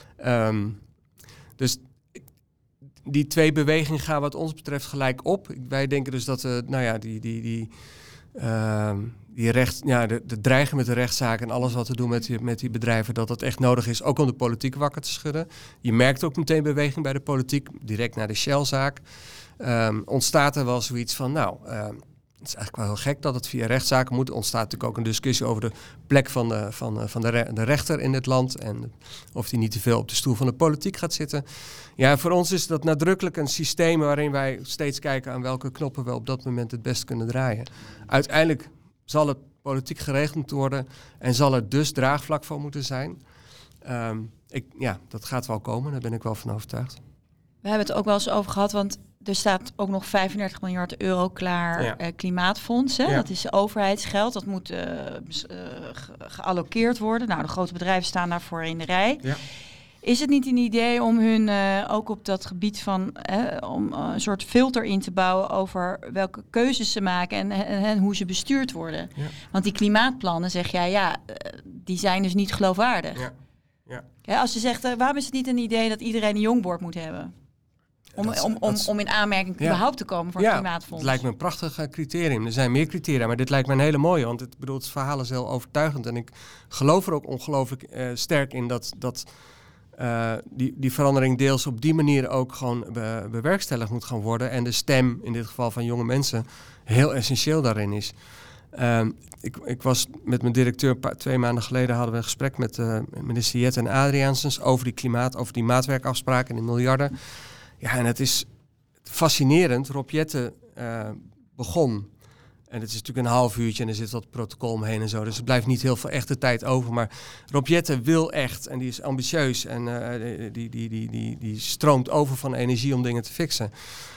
Dus die twee bewegingen gaan wat ons betreft gelijk op. Wij denken dus dat de dreigen met de rechtszaak en alles wat we doen met die bedrijven, dat het echt nodig is, ook om de politiek wakker te schudden. Je merkt ook meteen beweging bij de politiek, direct na de Shell-zaak. Ontstaat er wel zoiets van, het is eigenlijk wel heel gek dat het via rechtszaken moet. Er ontstaat natuurlijk ook een discussie over de plek van de rechter in het land en of die niet te veel op de stoel van de politiek gaat zitten. Ja, voor ons is dat nadrukkelijk een systeem waarin wij steeds kijken aan welke knoppen we op dat moment het best kunnen draaien. Uiteindelijk zal het politiek geregeld moeten worden en zal er dus draagvlak voor moeten zijn. Dat gaat wel komen, daar ben ik wel van overtuigd. We hebben het ook wel eens over gehad, want er staat ook nog 35 miljard euro klaar klimaatfondsen. Ja. Dat is overheidsgeld, dat moet gealloceerd worden. Nou, de grote bedrijven staan daarvoor in de rij. Ja. Is het niet een idee om hun ook op dat gebied van om een soort filter in te bouwen over welke keuzes ze maken en hoe ze bestuurd worden? Ja. Want die klimaatplannen, zeg jij, die zijn dus niet geloofwaardig. Ja. Ja. Ja, als je zegt, waarom is het niet een idee dat iedereen een jongboard moet hebben? Om in aanmerking überhaupt te komen voor een klimaatfonds. Het lijkt me een prachtig criterium. Er zijn meer criteria, maar dit lijkt me een hele mooie. Want het verhaal is heel overtuigend. En ik geloof er ook ongelooflijk sterk in dat die verandering deels op die manier ook gewoon bewerkstelligd moet gaan worden. En de stem, in dit geval van jonge mensen, heel essentieel daarin is. Ik was met mijn directeur 2 maanden geleden hadden we een gesprek met minister Jette en Adriaansens over die maatwerkafspraken en die miljarden. Ja, en het is fascinerend. Rob Jette begon. En het is natuurlijk een half uurtje en er zit wat protocol omheen en zo. Dus er blijft niet heel veel echte tijd over. Maar Rob Jette wil echt en die is ambitieus. En die stroomt over van energie om dingen te fixen.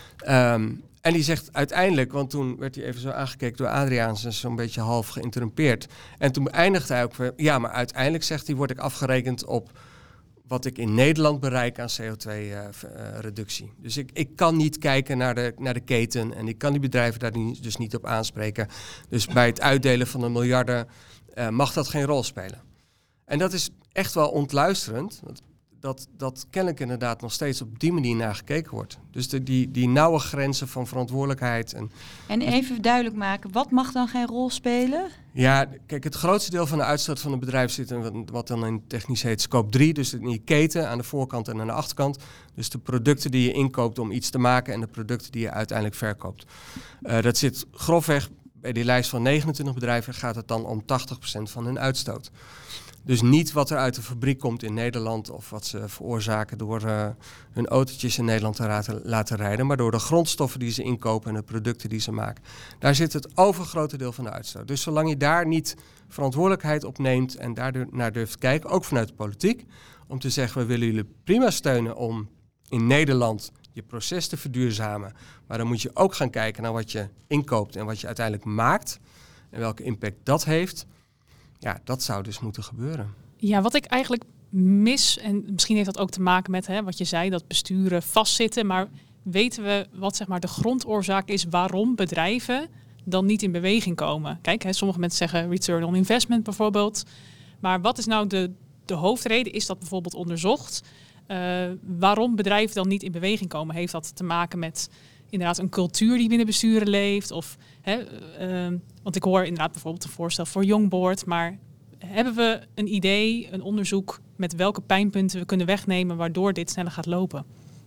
En die zegt uiteindelijk, want toen werd hij even zo aangekeken door Adriaans en zo'n beetje half geïnterrumpeerd. En toen eindigde hij ook weer, maar uiteindelijk zegt hij, word ik afgerekend op wat ik in Nederland bereik aan CO2-reductie. Dus ik kan niet kijken naar de keten en ik kan die bedrijven daar dus niet op aanspreken. Dus bij het uitdelen van de miljarden mag dat geen rol spelen. En dat is echt wel ontluisterend. dat kennelijk inderdaad nog steeds op die manier naar gekeken wordt. Dus die nauwe grenzen van verantwoordelijkheid. En even duidelijk maken, wat mag dan geen rol spelen? Ja, kijk, het grootste deel van de uitstoot van een bedrijf zit in wat dan in technisch heet scope 3. Dus in je keten aan de voorkant en aan de achterkant. Dus de producten die je inkoopt om iets te maken en de producten die je uiteindelijk verkoopt. Dat zit grofweg bij die lijst van 29 bedrijven gaat het dan om 80% van hun uitstoot. Dus niet wat er uit de fabriek komt in Nederland of wat ze veroorzaken door hun autootjes in Nederland te laten rijden, maar door de grondstoffen die ze inkopen en de producten die ze maken. Daar zit het overgrote deel van de uitstoot. Dus zolang je daar niet verantwoordelijkheid op neemt en daar naar durft kijken, ook vanuit de politiek, om te zeggen we willen jullie prima steunen om in Nederland je proces te verduurzamen, maar dan moet je ook gaan kijken naar wat je inkoopt en wat je uiteindelijk maakt en welke impact dat heeft. Ja, dat zou dus moeten gebeuren. Ja, wat ik eigenlijk mis, en misschien heeft dat ook te maken met wat je zei, dat besturen vastzitten, maar weten we wat zeg maar de grondoorzaak is waarom bedrijven dan niet in beweging komen? Kijk, sommige mensen zeggen return on investment bijvoorbeeld, maar wat is nou de hoofdreden? Is dat bijvoorbeeld onderzocht? Waarom bedrijven dan niet in beweging komen? Heeft dat te maken met inderdaad een cultuur die binnen besturen leeft? Of, want ik hoor inderdaad bijvoorbeeld een voorstel voor Youngboard. Maar hebben we een idee, een onderzoek met welke pijnpunten we kunnen wegnemen waardoor dit sneller gaat lopen?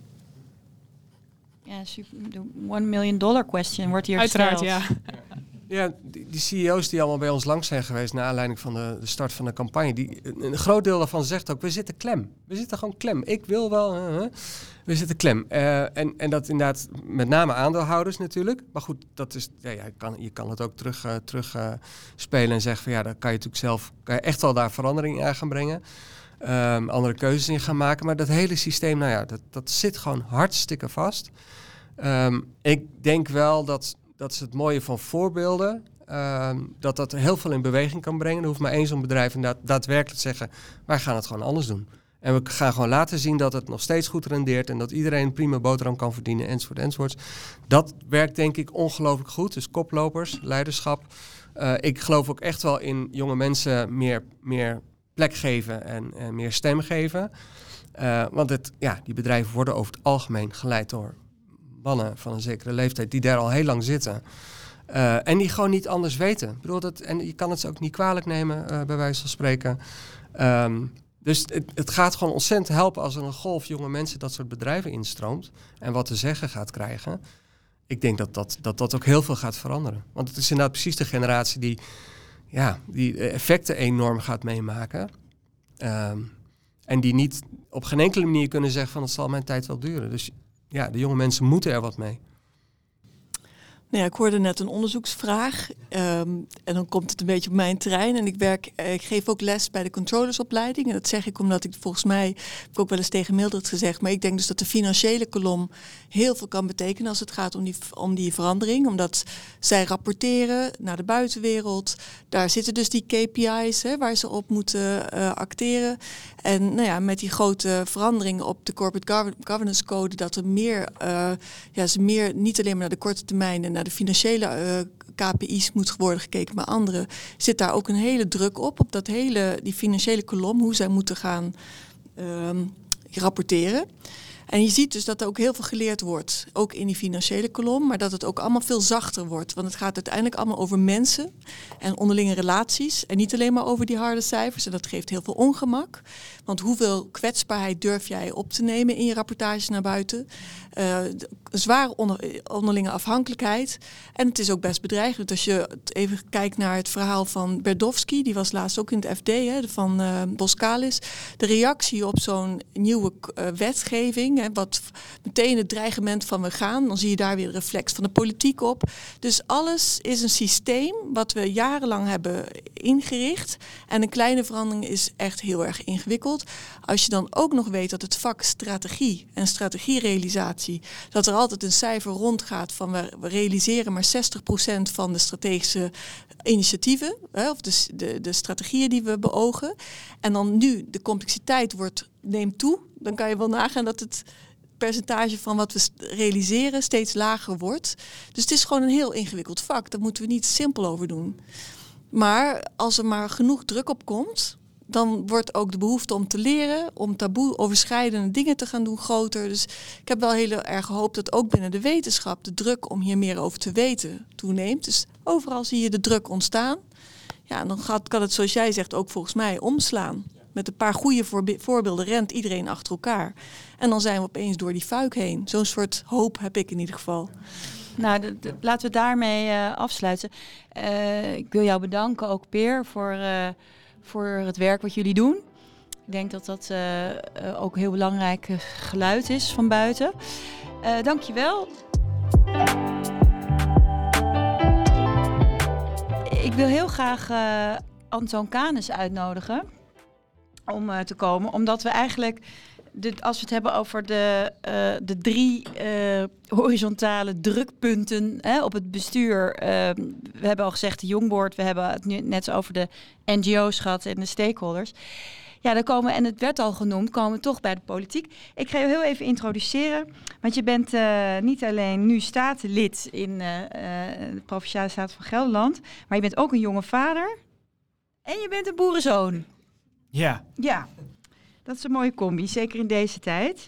Ja, de $1 million question wordt hier uiteraard, gesteld. Ja. Ja, die CEO's die allemaal bij ons langs zijn geweest naar aanleiding van de start van de campagne, een groot deel daarvan zegt ook, we zitten klem. We zitten gewoon klem. Ik wil wel, we zitten klem. En dat inderdaad met name aandeelhouders natuurlijk. Maar goed, dat is, je kan het ook terug spelen en zeggen van ja, dan kan je natuurlijk zelf echt wel daar verandering in gaan brengen. Andere keuzes in gaan maken. Maar dat hele systeem, dat zit gewoon hartstikke vast. Ik denk wel dat is het mooie van voorbeelden, dat heel veel in beweging kan brengen. Er hoeft maar één zo'n bedrijf daadwerkelijk te zeggen, wij gaan het gewoon anders doen. En we gaan gewoon laten zien dat het nog steeds goed rendeert en dat iedereen prima boterham kan verdienen, enzovoort. Dat werkt denk ik ongelooflijk goed. Dus koplopers, leiderschap. Ik geloof ook echt wel in jonge mensen meer plek geven en meer stem geven. Want die bedrijven worden over het algemeen geleid door mannen van een zekere leeftijd die daar al heel lang zitten. En die gewoon niet anders weten. Ik bedoel, en je kan het ze ook niet kwalijk nemen, bij wijze van spreken. Dus het gaat gewoon ontzettend helpen als er een golf jonge mensen dat soort bedrijven instroomt en wat te zeggen gaat krijgen. Ik denk dat ook heel veel gaat veranderen. Want het is inderdaad precies de generatie die effecten enorm gaat meemaken. En die niet op geen enkele manier kunnen zeggen van het zal mijn tijd wel duren. Dus ja, de jonge mensen moeten er wat mee. Nou ja, ik hoorde net een onderzoeksvraag en dan komt het een beetje op mijn terrein. En ik geef ook les bij de controllersopleiding. En dat zeg ik omdat ik volgens mij, heb ik ook wel eens tegen Mildred gezegd, maar ik denk dus dat de financiële kolom heel veel kan betekenen als het gaat om die verandering. Omdat zij rapporteren naar de buitenwereld. Daar zitten dus die KPI's waar ze op moeten acteren. En met die grote verandering op de Corporate Governance Code, dat er ze meer niet alleen maar naar de korte termijn en naar de financiële KPI's moet worden gekeken, maar andere, zit daar ook een hele druk op dat die financiële kolom, hoe zij moeten gaan rapporteren. En je ziet dus dat er ook heel veel geleerd wordt, ook in die financiële kolom, maar dat het ook allemaal veel zachter wordt. Want het gaat uiteindelijk allemaal over mensen en onderlinge relaties en niet alleen maar over die harde cijfers. En dat geeft heel veel ongemak. Want hoeveel kwetsbaarheid durf jij op te nemen in je rapportages naar buiten? Zware onderlinge afhankelijkheid. En het is ook best bedreigend. Als je even kijkt naar het verhaal van Berdovsky, die was laatst ook in het FD, van Boskalis. De reactie op zo'n nieuwe wetgeving, wat meteen het dreigement van we gaan, dan zie je daar weer een reflex van de politiek op. Dus alles is een systeem wat we jarenlang hebben ingericht. En een kleine verandering is echt heel erg ingewikkeld. Als je dan ook nog weet dat het vak strategie en strategierealisatie, dat er altijd een cijfer rondgaat van we realiseren maar 60% van de strategische initiatieven, of de strategieën die we beogen. En dan nu de complexiteit neemt toe, dan kan je wel nagaan dat het percentage van wat we realiseren steeds lager wordt. Dus het is gewoon een heel ingewikkeld vak. Daar moeten we niet simpel over doen. Maar als er maar genoeg druk op komt, dan wordt ook de behoefte om te leren, om taboe-overschrijdende dingen te gaan doen groter. Dus ik heb wel heel erg gehoopt dat ook binnen de wetenschap de druk om hier meer over te weten toeneemt. Dus overal zie je de druk ontstaan. Ja, en dan kan het, zoals jij zegt, ook volgens mij omslaan. Met een paar goede voorbeelden rent iedereen achter elkaar. En dan zijn we opeens door die fuik heen. Zo'n soort hoop heb ik in ieder geval. Nou, laten we daarmee afsluiten. Ik wil jou bedanken, ook Peer, voor het werk wat jullie doen. Ik denk dat dat ook een heel belangrijk geluid is van buiten. Dank je wel. Ik wil heel graag Antoon Canes uitnodigen om te komen. Omdat we eigenlijk, als we het hebben over de 3 horizontale drukpunten op het bestuur. We hebben al gezegd de Youngboard, we hebben het nu net over de NGO's gehad en de stakeholders. Ja, dan komen, en het werd al genoemd, komen we toch bij de politiek. Ik ga je heel even introduceren, want je bent niet alleen nu statenlid in de Provinciale Staten van Gelderland, maar je bent ook een jonge vader en je bent een boerenzoon. Ja. Ja, dat is een mooie combi, zeker in deze tijd.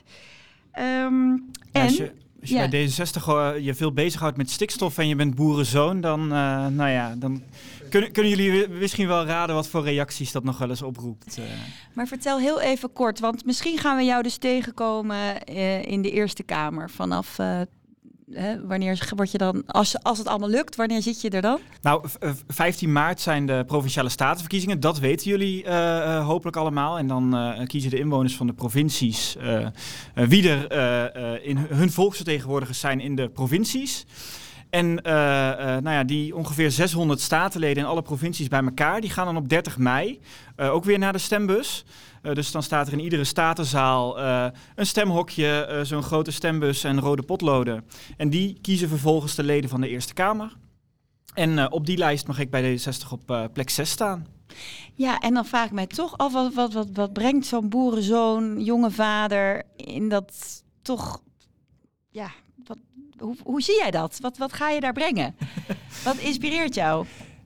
Als je bij D66 je veel bezighoudt met stikstof en je bent boerenzoon, dan, dan kunnen jullie misschien wel raden wat voor reacties dat nog wel eens oproept. Maar vertel heel even kort, want misschien gaan we jou dus tegenkomen in de Eerste Kamer vanaf... wanneer word je dan, als het allemaal lukt, wanneer zit je er dan? Nou, 15 maart zijn de Provinciale Statenverkiezingen. Dat weten jullie hopelijk allemaal. En dan kiezen de inwoners van de provincies wie er in hun volksvertegenwoordigers zijn in de provincies. En die ongeveer 600 statenleden in alle provincies bij elkaar, die gaan dan op 30 mei ook weer naar de stembus. Dus dan staat er in iedere statenzaal een stemhokje, zo'n grote stembus en rode potloden. En die kiezen vervolgens de leden van de Eerste Kamer. En op die lijst mag ik bij D66 op plek 6 staan. Ja, en dan vraag ik mij toch af, wat brengt zo'n boerenzoon, jonge vader in dat toch... Ja, hoe zie jij dat? Wat ga je daar brengen? Wat inspireert jou?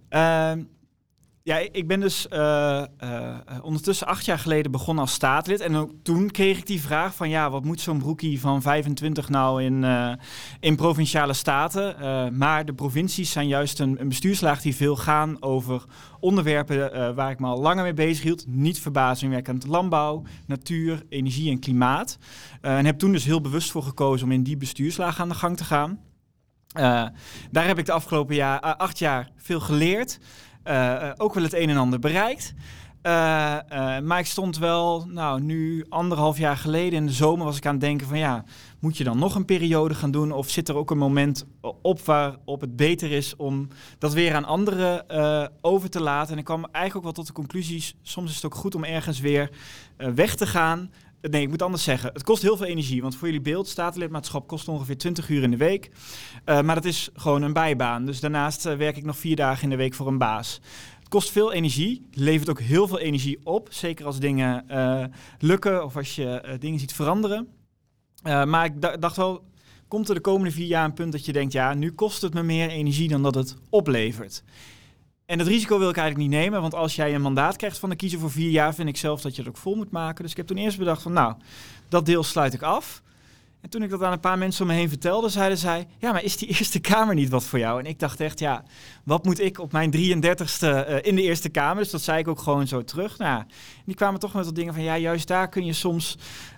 Ja, ik ben dus ondertussen 8 jaar geleden begonnen als statenlid. En ook toen kreeg ik die vraag van wat moet zo'n broekie van 25 nou in provinciale staten? Maar de provincies zijn juist een bestuurslaag die veel gaan over onderwerpen waar ik me al langer mee bezig hield. Niet verbazingwekkend landbouw, natuur, energie en klimaat. En heb toen dus heel bewust voor gekozen om in die bestuurslaag aan de gang te gaan. Daar heb ik de afgelopen 8 jaar veel geleerd. Ook wel het een en ander bereikt. Maar ik stond wel, nu 1,5 jaar geleden in de zomer was ik aan het denken van moet je dan nog een periode gaan doen? Of zit er ook een moment op waarop het beter is om dat weer aan anderen over te laten? En ik kwam eigenlijk ook wel tot de conclusies, soms is het ook goed om ergens weer weg te gaan. Nee, ik moet anders zeggen. Het kost heel veel energie. Want voor jullie beeld, statenlidmaatschap kost ongeveer 20 uur in de week. Maar dat is gewoon een bijbaan. Dus daarnaast werk ik nog 4 dagen in de week voor een baas. Het kost veel energie. Levert ook heel veel energie op. Zeker als dingen lukken of als je dingen ziet veranderen. Maar ik dacht wel, komt er de komende 4 jaar een punt dat je denkt, nu kost het me meer energie dan dat het oplevert. En dat risico wil ik eigenlijk niet nemen, want als jij een mandaat krijgt van de kiezer voor 4 jaar, vind ik zelf dat je het ook vol moet maken. Dus ik heb toen eerst bedacht van, dat deel sluit ik af. En toen ik dat aan een paar mensen om me heen vertelde, zeiden zij, maar is die Eerste Kamer niet wat voor jou? En ik dacht echt, wat moet ik op mijn 33ste in de Eerste Kamer? Dus dat zei ik ook gewoon zo terug. En die kwamen toch met wat dingen van, juist daar kun je soms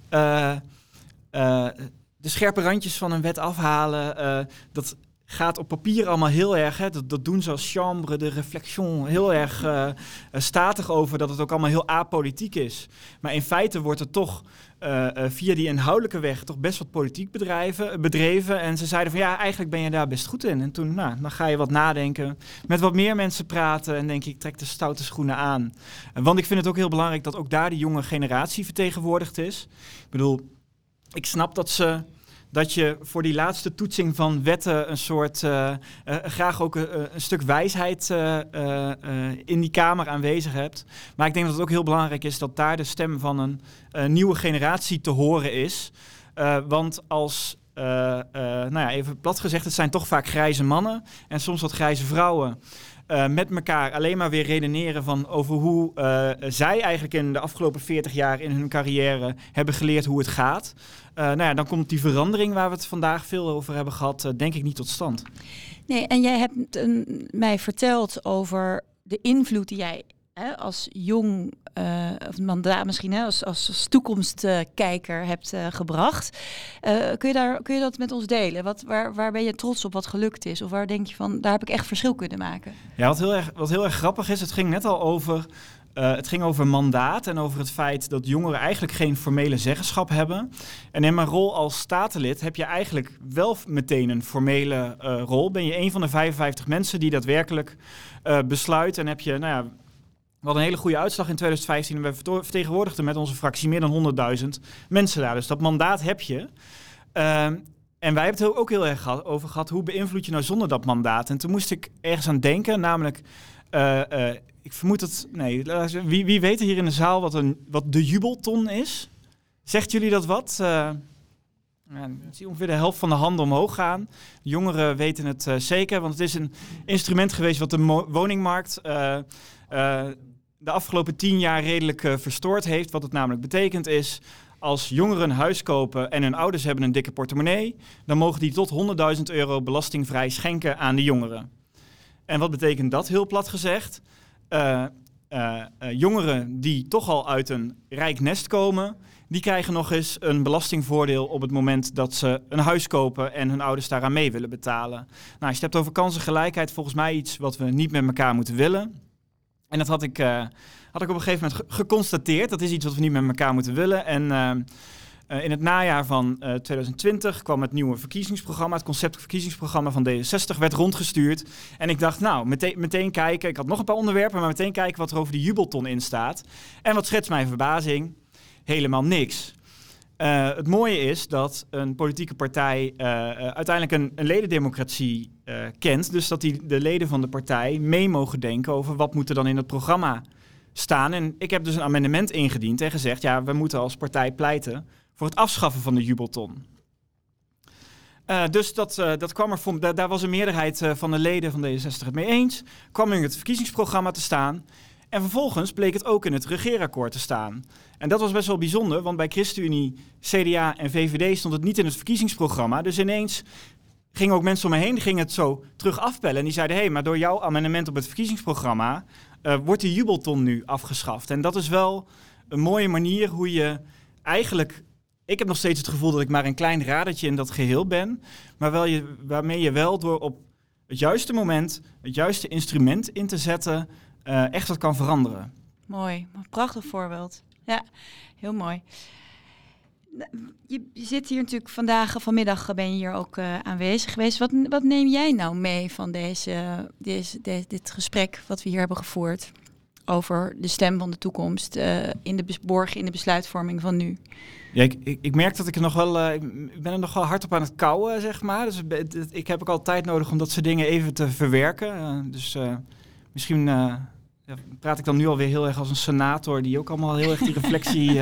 de scherpe randjes van een wet afhalen. Dat gaat op papier allemaal heel erg, dat doen ze als chambre de réflexion, heel erg statig over dat het ook allemaal heel apolitiek is. Maar in feite wordt er toch via die inhoudelijke weg toch best wat politiek bedreven. En ze zeiden van eigenlijk ben je daar best goed in. En toen, dan ga je wat nadenken, met wat meer mensen praten en denk ik, trek de stoute schoenen aan. Want ik vind het ook heel belangrijk dat ook daar de jonge generatie vertegenwoordigd is. Ik bedoel, ik snap dat je voor die laatste toetsing van wetten een soort graag ook een stuk wijsheid in die Kamer aanwezig hebt. Maar ik denk dat het ook heel belangrijk is dat daar de stem van een nieuwe generatie te horen is. Want als even plat gezegd, het zijn toch vaak grijze mannen en soms wat grijze vrouwen. Met elkaar alleen maar weer redeneren over hoe zij eigenlijk in de afgelopen 40 jaar in hun carrière hebben geleerd hoe het gaat. Dan komt die verandering waar we het vandaag veel over hebben gehad, denk ik niet tot stand. Nee, en jij hebt mij verteld over de invloed die jij als jong of mandaat misschien als toekomstkijker hebt gebracht. Kun je dat met ons delen? Waar ben je trots op wat gelukt is? Of waar denk je van, daar heb ik echt verschil kunnen maken? Ja, wat heel erg grappig is, het ging net al over... het ging over mandaat en over het feit dat jongeren eigenlijk geen formele zeggenschap hebben. En in mijn rol als statenlid heb je eigenlijk wel meteen een formele rol. Ben je een van de 55 mensen die daadwerkelijk besluit en heb je... we hadden een hele goede uitslag in 2015 en we vertegenwoordigden met onze fractie meer dan 100.000 mensen daar. Dus dat mandaat heb je. En wij hebben het ook heel erg over gehad, hoe beïnvloed je nou zonder dat mandaat? En toen moest ik ergens aan denken, namelijk... ik vermoed dat... Nee, wie weet hier in de zaal wat de jubelton is? Zegt jullie dat wat? Ik zie ongeveer de helft van de handen omhoog gaan. De jongeren weten het zeker, want het is een instrument geweest wat de woningmarkt... de afgelopen 10 jaar redelijk verstoord heeft. Wat het namelijk betekent is, als jongeren een huis kopen en hun ouders hebben een dikke portemonnee, dan mogen die tot €100.000 belastingvrij schenken aan de jongeren. En wat betekent dat, heel plat gezegd? Jongeren die toch al uit een rijk nest komen, die krijgen nog eens een belastingvoordeel op het moment dat ze een huis kopen en hun ouders daaraan mee willen betalen. Nou, als je het hebt over kansengelijkheid, volgens mij iets wat we niet met elkaar moeten willen. En dat had ik op een gegeven moment geconstateerd. Dat is iets wat we niet met elkaar moeten willen. En in het najaar van 2020 kwam het nieuwe verkiezingsprogramma, het conceptverkiezingsprogramma van D66, werd rondgestuurd. En ik dacht, meteen kijken. Ik had nog een paar onderwerpen, maar meteen kijken wat er over die jubelton in staat. En wat schetst mijn verbazing? Helemaal niks. Het mooie is dat een politieke partij uiteindelijk een ledendemocratie kent. Dus dat de leden van de partij mee mogen denken over wat moet er dan in het programma staan. En ik heb dus een amendement ingediend en gezegd, ja, we moeten als partij pleiten voor het afschaffen van de jubelton. Dus dat kwam daar was een meerderheid van de leden van D66 het mee eens. Kwam in het verkiezingsprogramma te staan. En vervolgens bleek het ook in het regeerakkoord te staan. En dat was best wel bijzonder, want bij ChristenUnie, CDA en VVD stond het niet in het verkiezingsprogramma. Dus ineens gingen ook mensen om me heen, die gingen het zo terug afpellen. En die zeiden, maar door jouw amendement op het verkiezingsprogramma wordt die jubelton nu afgeschaft. En dat is wel een mooie manier hoe je eigenlijk... Ik heb nog steeds het gevoel dat ik maar een klein radertje in dat geheel ben. Maar waarmee je wel door op het juiste moment, het juiste instrument in te zetten, echt wat kan veranderen. Mooi, een prachtig voorbeeld. Ja, heel mooi. Je zit hier natuurlijk vanmiddag ben je hier ook aanwezig geweest. Wat neem jij nou mee van dit gesprek wat we hier hebben gevoerd over de stem van de toekomst in de besluitvorming van nu? Ja, ik merk dat ik ben er nog wel hard op aan het kauwen, zeg maar. Dus ik heb ook al tijd nodig om dat soort dingen even te verwerken. Misschien praat ik dan nu alweer heel erg als een senator die ook allemaal heel erg die reflectie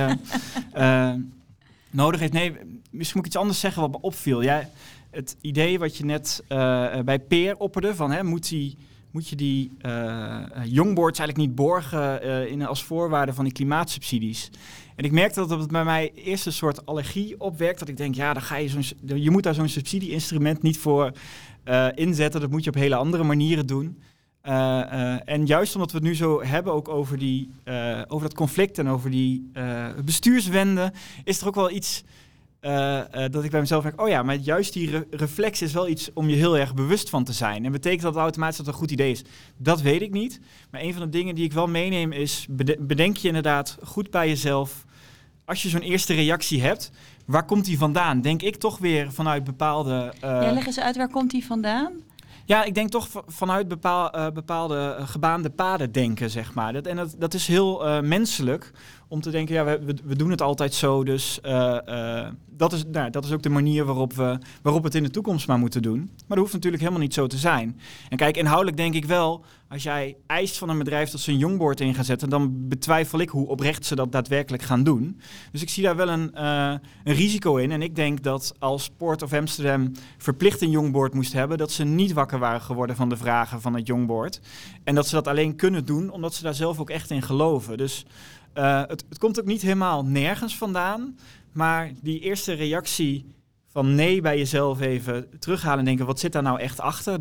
nodig heeft. Nee, misschien moet ik iets anders zeggen wat me opviel. Het idee wat je net bij Peer opperde van moet je die jongboards eigenlijk niet borgen als voorwaarde van die klimaatsubsidies. En ik merkte dat het bij mij eerst een soort allergie opwekt. Dat ik denk, dan ga je moet daar zo'n subsidie-instrument niet voor inzetten. Dat moet je op hele andere manieren doen. En juist omdat we het nu zo hebben ook over dat conflict en over die bestuurswende, is er ook wel iets dat ik bij mezelf denk, maar juist die reflex is wel iets om je heel erg bewust van te zijn. En betekent dat automatisch dat het een goed idee is? Dat weet ik niet. Maar een van de dingen die ik wel meeneem is, bedenk je inderdaad goed bij jezelf, als je zo'n eerste reactie hebt, waar komt die vandaan? Denk ik toch weer vanuit bepaalde... leg eens uit, waar komt die vandaan? Ja, ik denk toch vanuit bepaalde gebaande paden denken, zeg maar. Dat is heel menselijk om te denken, we doen het altijd zo. Dus dat is ook de manier waarop we het in de toekomst maar moeten doen. Maar dat hoeft natuurlijk helemaal niet zo te zijn. En kijk, inhoudelijk denk ik wel, Als jij eist van een bedrijf dat ze een jongboard in gaan zetten, dan betwijfel ik hoe oprecht ze dat daadwerkelijk gaan doen. Dus ik zie daar wel een risico in. En ik denk dat als Port of Amsterdam verplicht een jongboard moest hebben, dat ze niet wakker waren geworden van de vragen van het jongboard. En dat ze dat alleen kunnen doen, omdat ze daar zelf ook echt in geloven. Dus het komt ook niet helemaal nergens vandaan. Maar die eerste reactie van nee bij jezelf even terughalen en denken, wat zit daar nou echt achter?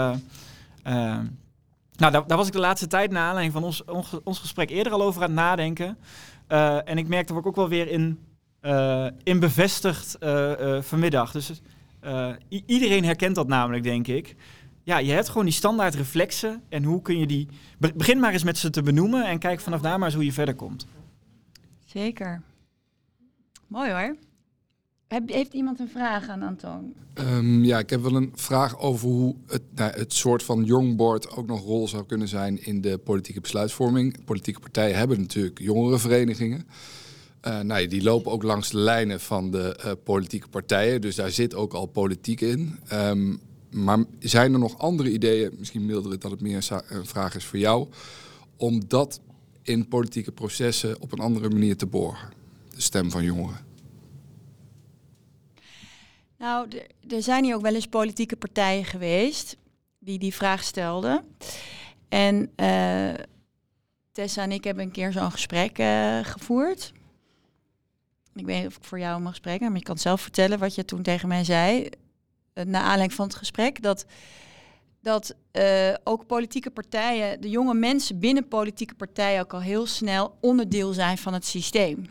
Daar was ik de laatste tijd naar aanleiding van ons gesprek eerder al over aan het nadenken. En ik merkte dat ik ook wel weer in bevestigd vanmiddag. Dus iedereen herkent dat namelijk, denk ik. Ja, je hebt gewoon die standaard reflexen. En hoe kun je die... Begin maar eens met ze te benoemen en kijk vanaf daar maar eens hoe je verder komt. Zeker. Mooi hoor. Heeft iemand een vraag aan Antoon? Ik heb wel een vraag over hoe het soort van jongboard ook nog rol zou kunnen zijn in de politieke besluitvorming. Politieke partijen hebben natuurlijk jongerenverenigingen. Die lopen ook langs de lijnen van de politieke partijen, dus daar zit ook al politiek in. Maar zijn er nog andere ideeën, misschien Mildred dat het meer een vraag is voor jou, om dat in politieke processen op een andere manier te borgen? De stem van jongeren. Nou, er zijn hier ook wel eens politieke partijen geweest die vraag stelden. En Tessa en ik hebben een keer zo'n gesprek gevoerd. Ik weet niet of ik voor jou mag spreken, maar je kan zelf vertellen wat je toen tegen mij zei. Na aanleiding van het gesprek, dat ook politieke partijen, de jonge mensen binnen politieke partijen ook al heel snel onderdeel zijn van het systeem.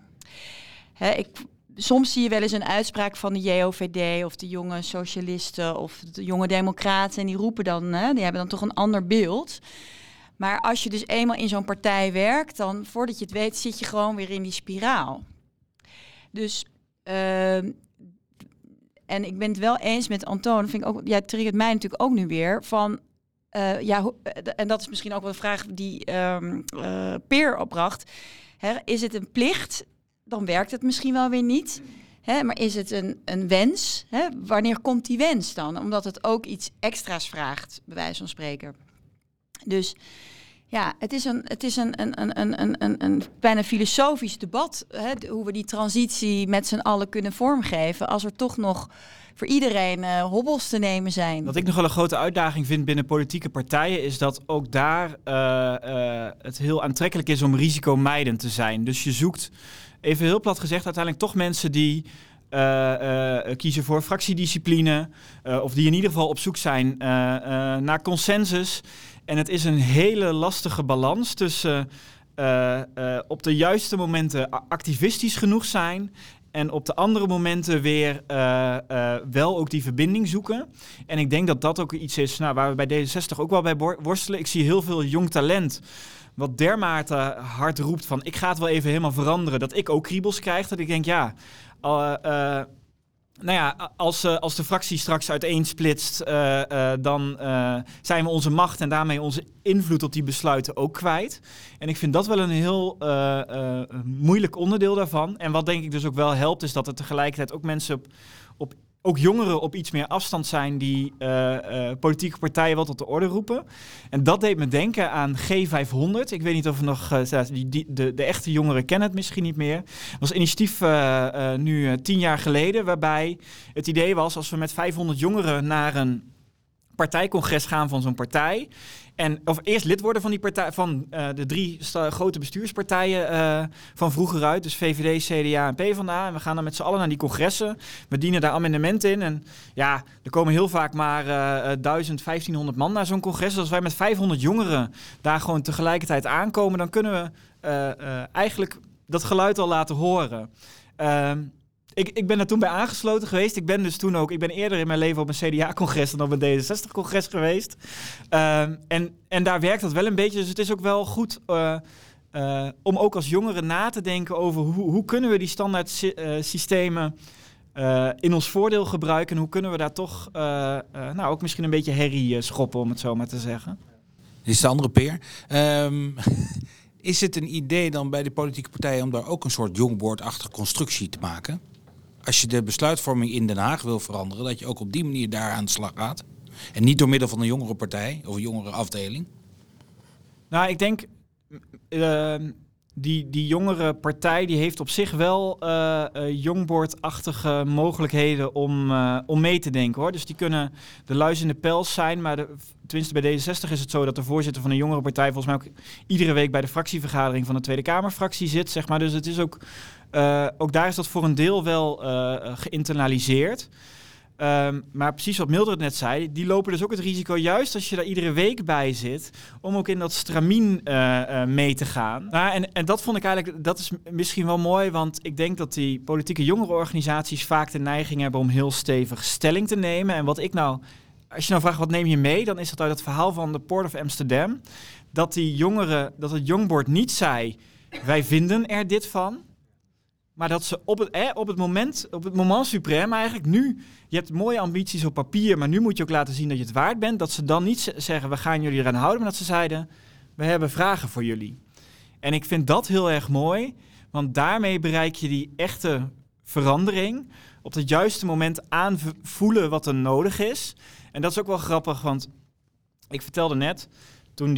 Soms zie je wel eens een uitspraak van de JOVD of de jonge socialisten of de jonge democraten en die roepen dan, die hebben dan toch een ander beeld. Maar als je dus eenmaal in zo'n partij werkt, dan voordat je het weet zit je gewoon weer in die spiraal. Dus, en ik ben het wel eens met Antoon, vind ik ook, ja, het triggert mij natuurlijk ook nu weer van, en dat is misschien ook wel een vraag die Peer opbracht. Is het een plicht? Dan werkt het misschien wel weer niet. Maar is het een wens? Wanneer komt die wens dan? Omdat het ook iets extra's vraagt, bij wijze van spreken. Dus ja, het is een bijna filosofisch debat. Hoe we die transitie met z'n allen kunnen vormgeven. Als er toch nog voor iedereen hobbels te nemen zijn. Wat ik nog wel een grote uitdaging vind binnen politieke partijen is dat ook daar het heel aantrekkelijk is om risicomijdend te zijn. Dus je zoekt, even heel plat gezegd, uiteindelijk toch mensen die kiezen voor fractiediscipline. Of die in ieder geval op zoek zijn naar consensus. En het is een hele lastige balans tussen op de juiste momenten activistisch genoeg zijn en op de andere momenten weer wel ook die verbinding zoeken. En ik denk dat dat ook iets is waar we bij D66 ook wel bij worstelen. Ik zie heel veel jong talent wat dermate hard roept van ik ga het wel even helemaal veranderen, dat ik ook kriebels krijg. Dat ik denk, als de fractie straks uiteensplitst, dan zijn we onze macht en daarmee onze invloed op die besluiten ook kwijt. En ik vind dat wel een heel moeilijk onderdeel daarvan. En wat denk ik dus ook wel helpt, is dat er tegelijkertijd ook mensen ook jongeren op iets meer afstand zijn die politieke partijen wel tot de orde roepen. En dat deed me denken aan G500. Ik weet niet of we nog de echte jongeren kennen het misschien niet meer. Het was een initiatief nu 10 jaar geleden, waarbij het idee was als we met 500 jongeren naar een partijcongres gaan van zo'n partij. Of eerst lid worden van die partij, van de 3 grote bestuurspartijen van vroeger uit. Dus VVD, CDA en PvdA. En we gaan dan met z'n allen naar die congressen. We dienen daar amendementen in. En ja, er komen heel vaak maar 1500 man naar zo'n congres. Dus als wij met 500 jongeren daar gewoon tegelijkertijd aankomen, dan kunnen we eigenlijk dat geluid al laten horen. Ik ben er toen bij aangesloten geweest. Ik ben eerder in mijn leven op een CDA-congres dan op een D66-congres geweest. En daar werkt dat wel een beetje. Dus het is ook wel goed om ook als jongeren na te denken over hoe kunnen we die standaard systemen in ons voordeel gebruiken. En hoe kunnen we daar toch ook misschien een beetje herrie schoppen, om het zo maar te zeggen. Dit is de andere Peer. Is het een idee dan bij de politieke partijen om daar ook een soort jongboardachtige constructie te maken? Als je de besluitvorming in Den Haag wil veranderen, dat je ook op die manier daar aan de slag gaat. En niet door middel van een jongerenpartij of een jongerenafdeling. Nou, ik denk... Die jongere partij die heeft op zich wel jongboardachtige mogelijkheden om mee te denken, hoor. Dus die kunnen de luis in de pels zijn, maar tenminste bij D66 is het zo dat de voorzitter van een jongere partij volgens mij ook iedere week bij de fractievergadering van de Tweede Kamerfractie zit, zeg maar. Dus het is ook daar is dat voor een deel wel geïnternaliseerd. Maar precies wat Mildred net zei, die lopen dus ook het risico, juist als je daar iedere week bij zit, om ook in dat stramien mee te gaan. Nou, en dat vond ik eigenlijk, dat is misschien wel mooi, want ik denk dat die politieke jongerenorganisaties vaak de neiging hebben om heel stevig stelling te nemen. En wat ik nou, als je nou vraagt wat neem je mee, dan is dat uit het verhaal van de Port of Amsterdam, dat die jongeren, dat het Youngboard niet zei, wij vinden er dit van. Maar dat ze op het moment suprême eigenlijk nu, je hebt mooie ambities op papier, maar nu moet je ook laten zien dat je het waard bent. Dat ze dan niet zeggen, we gaan jullie eraan houden, maar dat ze zeiden, we hebben vragen voor jullie. En ik vind dat heel erg mooi, want daarmee bereik je die echte verandering. Op het juiste moment aanvoelen wat er nodig is. En dat is ook wel grappig, want ik vertelde net, toen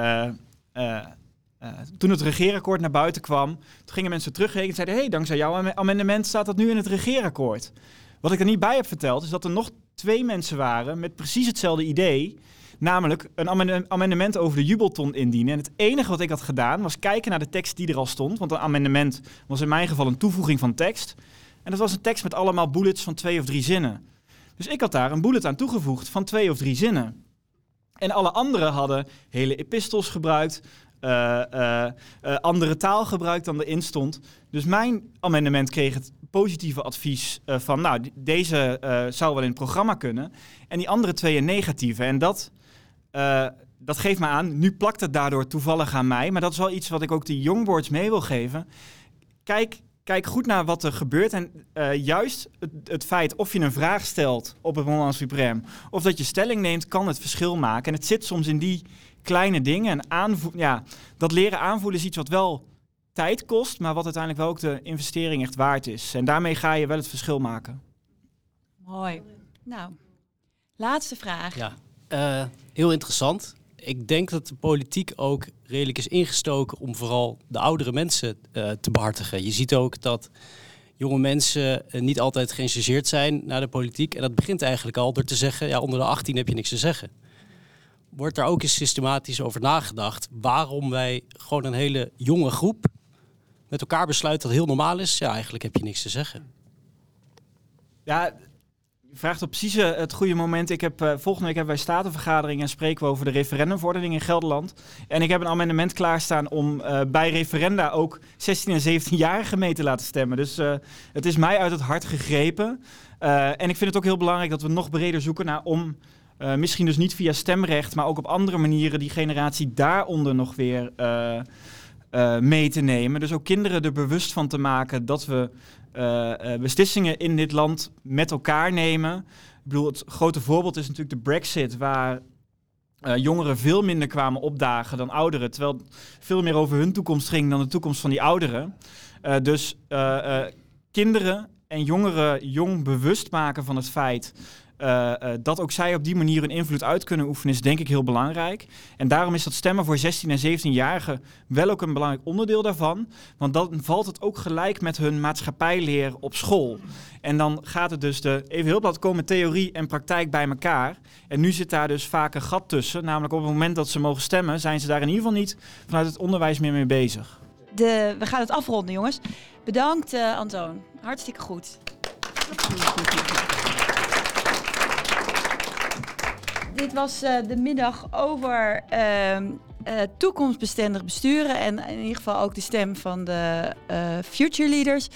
toen het regeerakkoord naar buiten kwam, toen gingen mensen terugrekenen en zeiden, hey, dankzij jouw amendement staat dat nu in het regeerakkoord. Wat ik er niet bij heb verteld, is dat er nog 2 mensen waren met precies hetzelfde idee, namelijk een amendement over de jubelton indienen. En het enige wat ik had gedaan, was kijken naar de tekst die er al stond, want een amendement was in mijn geval een toevoeging van tekst. En dat was een tekst met allemaal bullets van 2 of 3 zinnen. Dus ik had daar een bullet aan toegevoegd van 2 of 3 zinnen. En alle anderen hadden hele epistels gebruikt, andere taal gebruikt dan erin stond. Dus mijn amendement kreeg het positieve advies van, nou, deze zou wel in het programma kunnen. En die andere 2 een negatieve. En dat geeft me aan, nu plakt het daardoor toevallig aan mij. Maar dat is wel iets wat ik ook die jongboards mee wil geven. Kijk goed naar wat er gebeurt. En juist het feit of je een vraag stelt op het moment suprême, of dat je stelling neemt, kan het verschil maken. En het zit soms in die kleine dingen. En dat leren aanvoelen is iets wat wel tijd kost, maar wat uiteindelijk wel ook de investering echt waard is. En daarmee ga je wel het verschil maken. Mooi. Nou, laatste vraag. Ja, heel interessant. Ik denk dat de politiek ook redelijk is ingestoken om vooral de oudere mensen te behartigen. Je ziet ook dat jonge mensen niet altijd geïnteresseerd zijn naar de politiek. En dat begint eigenlijk al door te zeggen, ja, onder de 18 heb je niks te zeggen. Wordt daar ook eens systematisch over nagedacht waarom wij gewoon een hele jonge groep met elkaar besluiten dat heel normaal is? Ja, eigenlijk heb je niks te zeggen. Ja, je vraagt op precies het goede moment. Volgende week hebben wij statenvergadering en spreken we over de referendumverordening in Gelderland. En ik heb een amendement klaarstaan om bij referenda ook 16- en 17-jarigen mee te laten stemmen. Dus het is mij uit het hart gegrepen. En ik vind het ook heel belangrijk dat we nog breder zoeken naar om misschien dus niet via stemrecht, maar ook op andere manieren die generatie daaronder nog weer mee te nemen. Dus ook kinderen er bewust van te maken dat we beslissingen in dit land met elkaar nemen. Ik bedoel, het grote voorbeeld is natuurlijk de Brexit, waar jongeren veel minder kwamen opdagen dan ouderen, terwijl het veel meer over hun toekomst ging dan de toekomst van die ouderen. Dus kinderen en jongeren jong bewust maken van het feit dat ook zij op die manier hun invloed uit kunnen oefenen, is denk ik heel belangrijk. En daarom is dat stemmen voor 16- en 17-jarigen wel ook een belangrijk onderdeel daarvan. Want dan valt het ook gelijk met hun maatschappijleer op school. En dan gaat het dus even heel plat komen theorie en praktijk bij elkaar. En nu zit daar dus vaak een gat tussen. Namelijk op het moment dat ze mogen stemmen, zijn ze daar in ieder geval niet vanuit het onderwijs meer mee bezig. We gaan het afronden, jongens. Bedankt, Antoon. Hartstikke goed. Dit was de middag over toekomstbestendig besturen en in ieder geval ook de stem van de Future Leaders.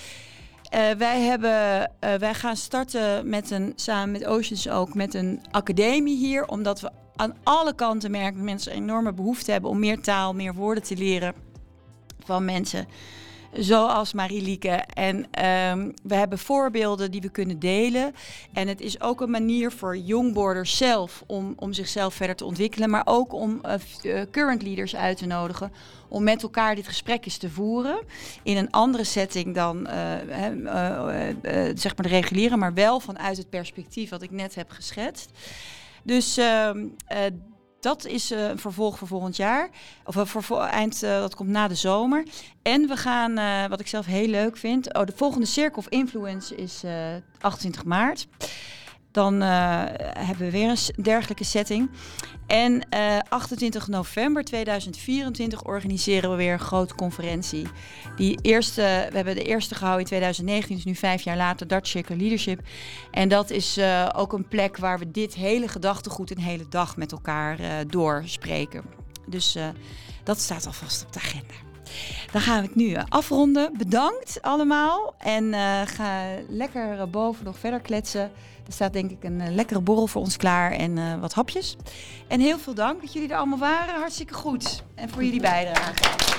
Wij gaan starten samen met Oceans ook met een academie hier, omdat we aan alle kanten merken dat mensen een enorme behoefte hebben om meer taal, meer woorden te leren van mensen. Zoals Marielieke. En we hebben voorbeelden die we kunnen delen. En het is ook een manier voor jongboarders zelf om zichzelf verder te ontwikkelen. Maar ook om current leaders uit te nodigen om met elkaar dit gesprek eens te voeren. In een andere setting dan zeg maar de reguliere, maar wel vanuit het perspectief wat ik net heb geschetst. Dus dat is een vervolg voor volgend jaar. Of dat komt na de zomer. En we gaan, wat ik zelf heel leuk vind... de volgende Circle of Influence is 28 maart. Dan hebben we weer een dergelijke setting. En 28 november 2024 organiseren we weer een grote conferentie. We hebben de eerste gehouden in 2019, dus nu 5 jaar later, Dutch Circle Leadership. En dat is ook een plek waar we dit hele gedachtegoed een hele dag met elkaar doorspreken. Dus dat staat alvast op de agenda. Dan gaan we het nu afronden. Bedankt allemaal. En ga lekker boven nog verder kletsen. Er staat denk ik een lekkere borrel voor ons klaar en wat hapjes. En heel veel dank dat jullie er allemaal waren. Hartstikke goed. En voor jullie bijdrage.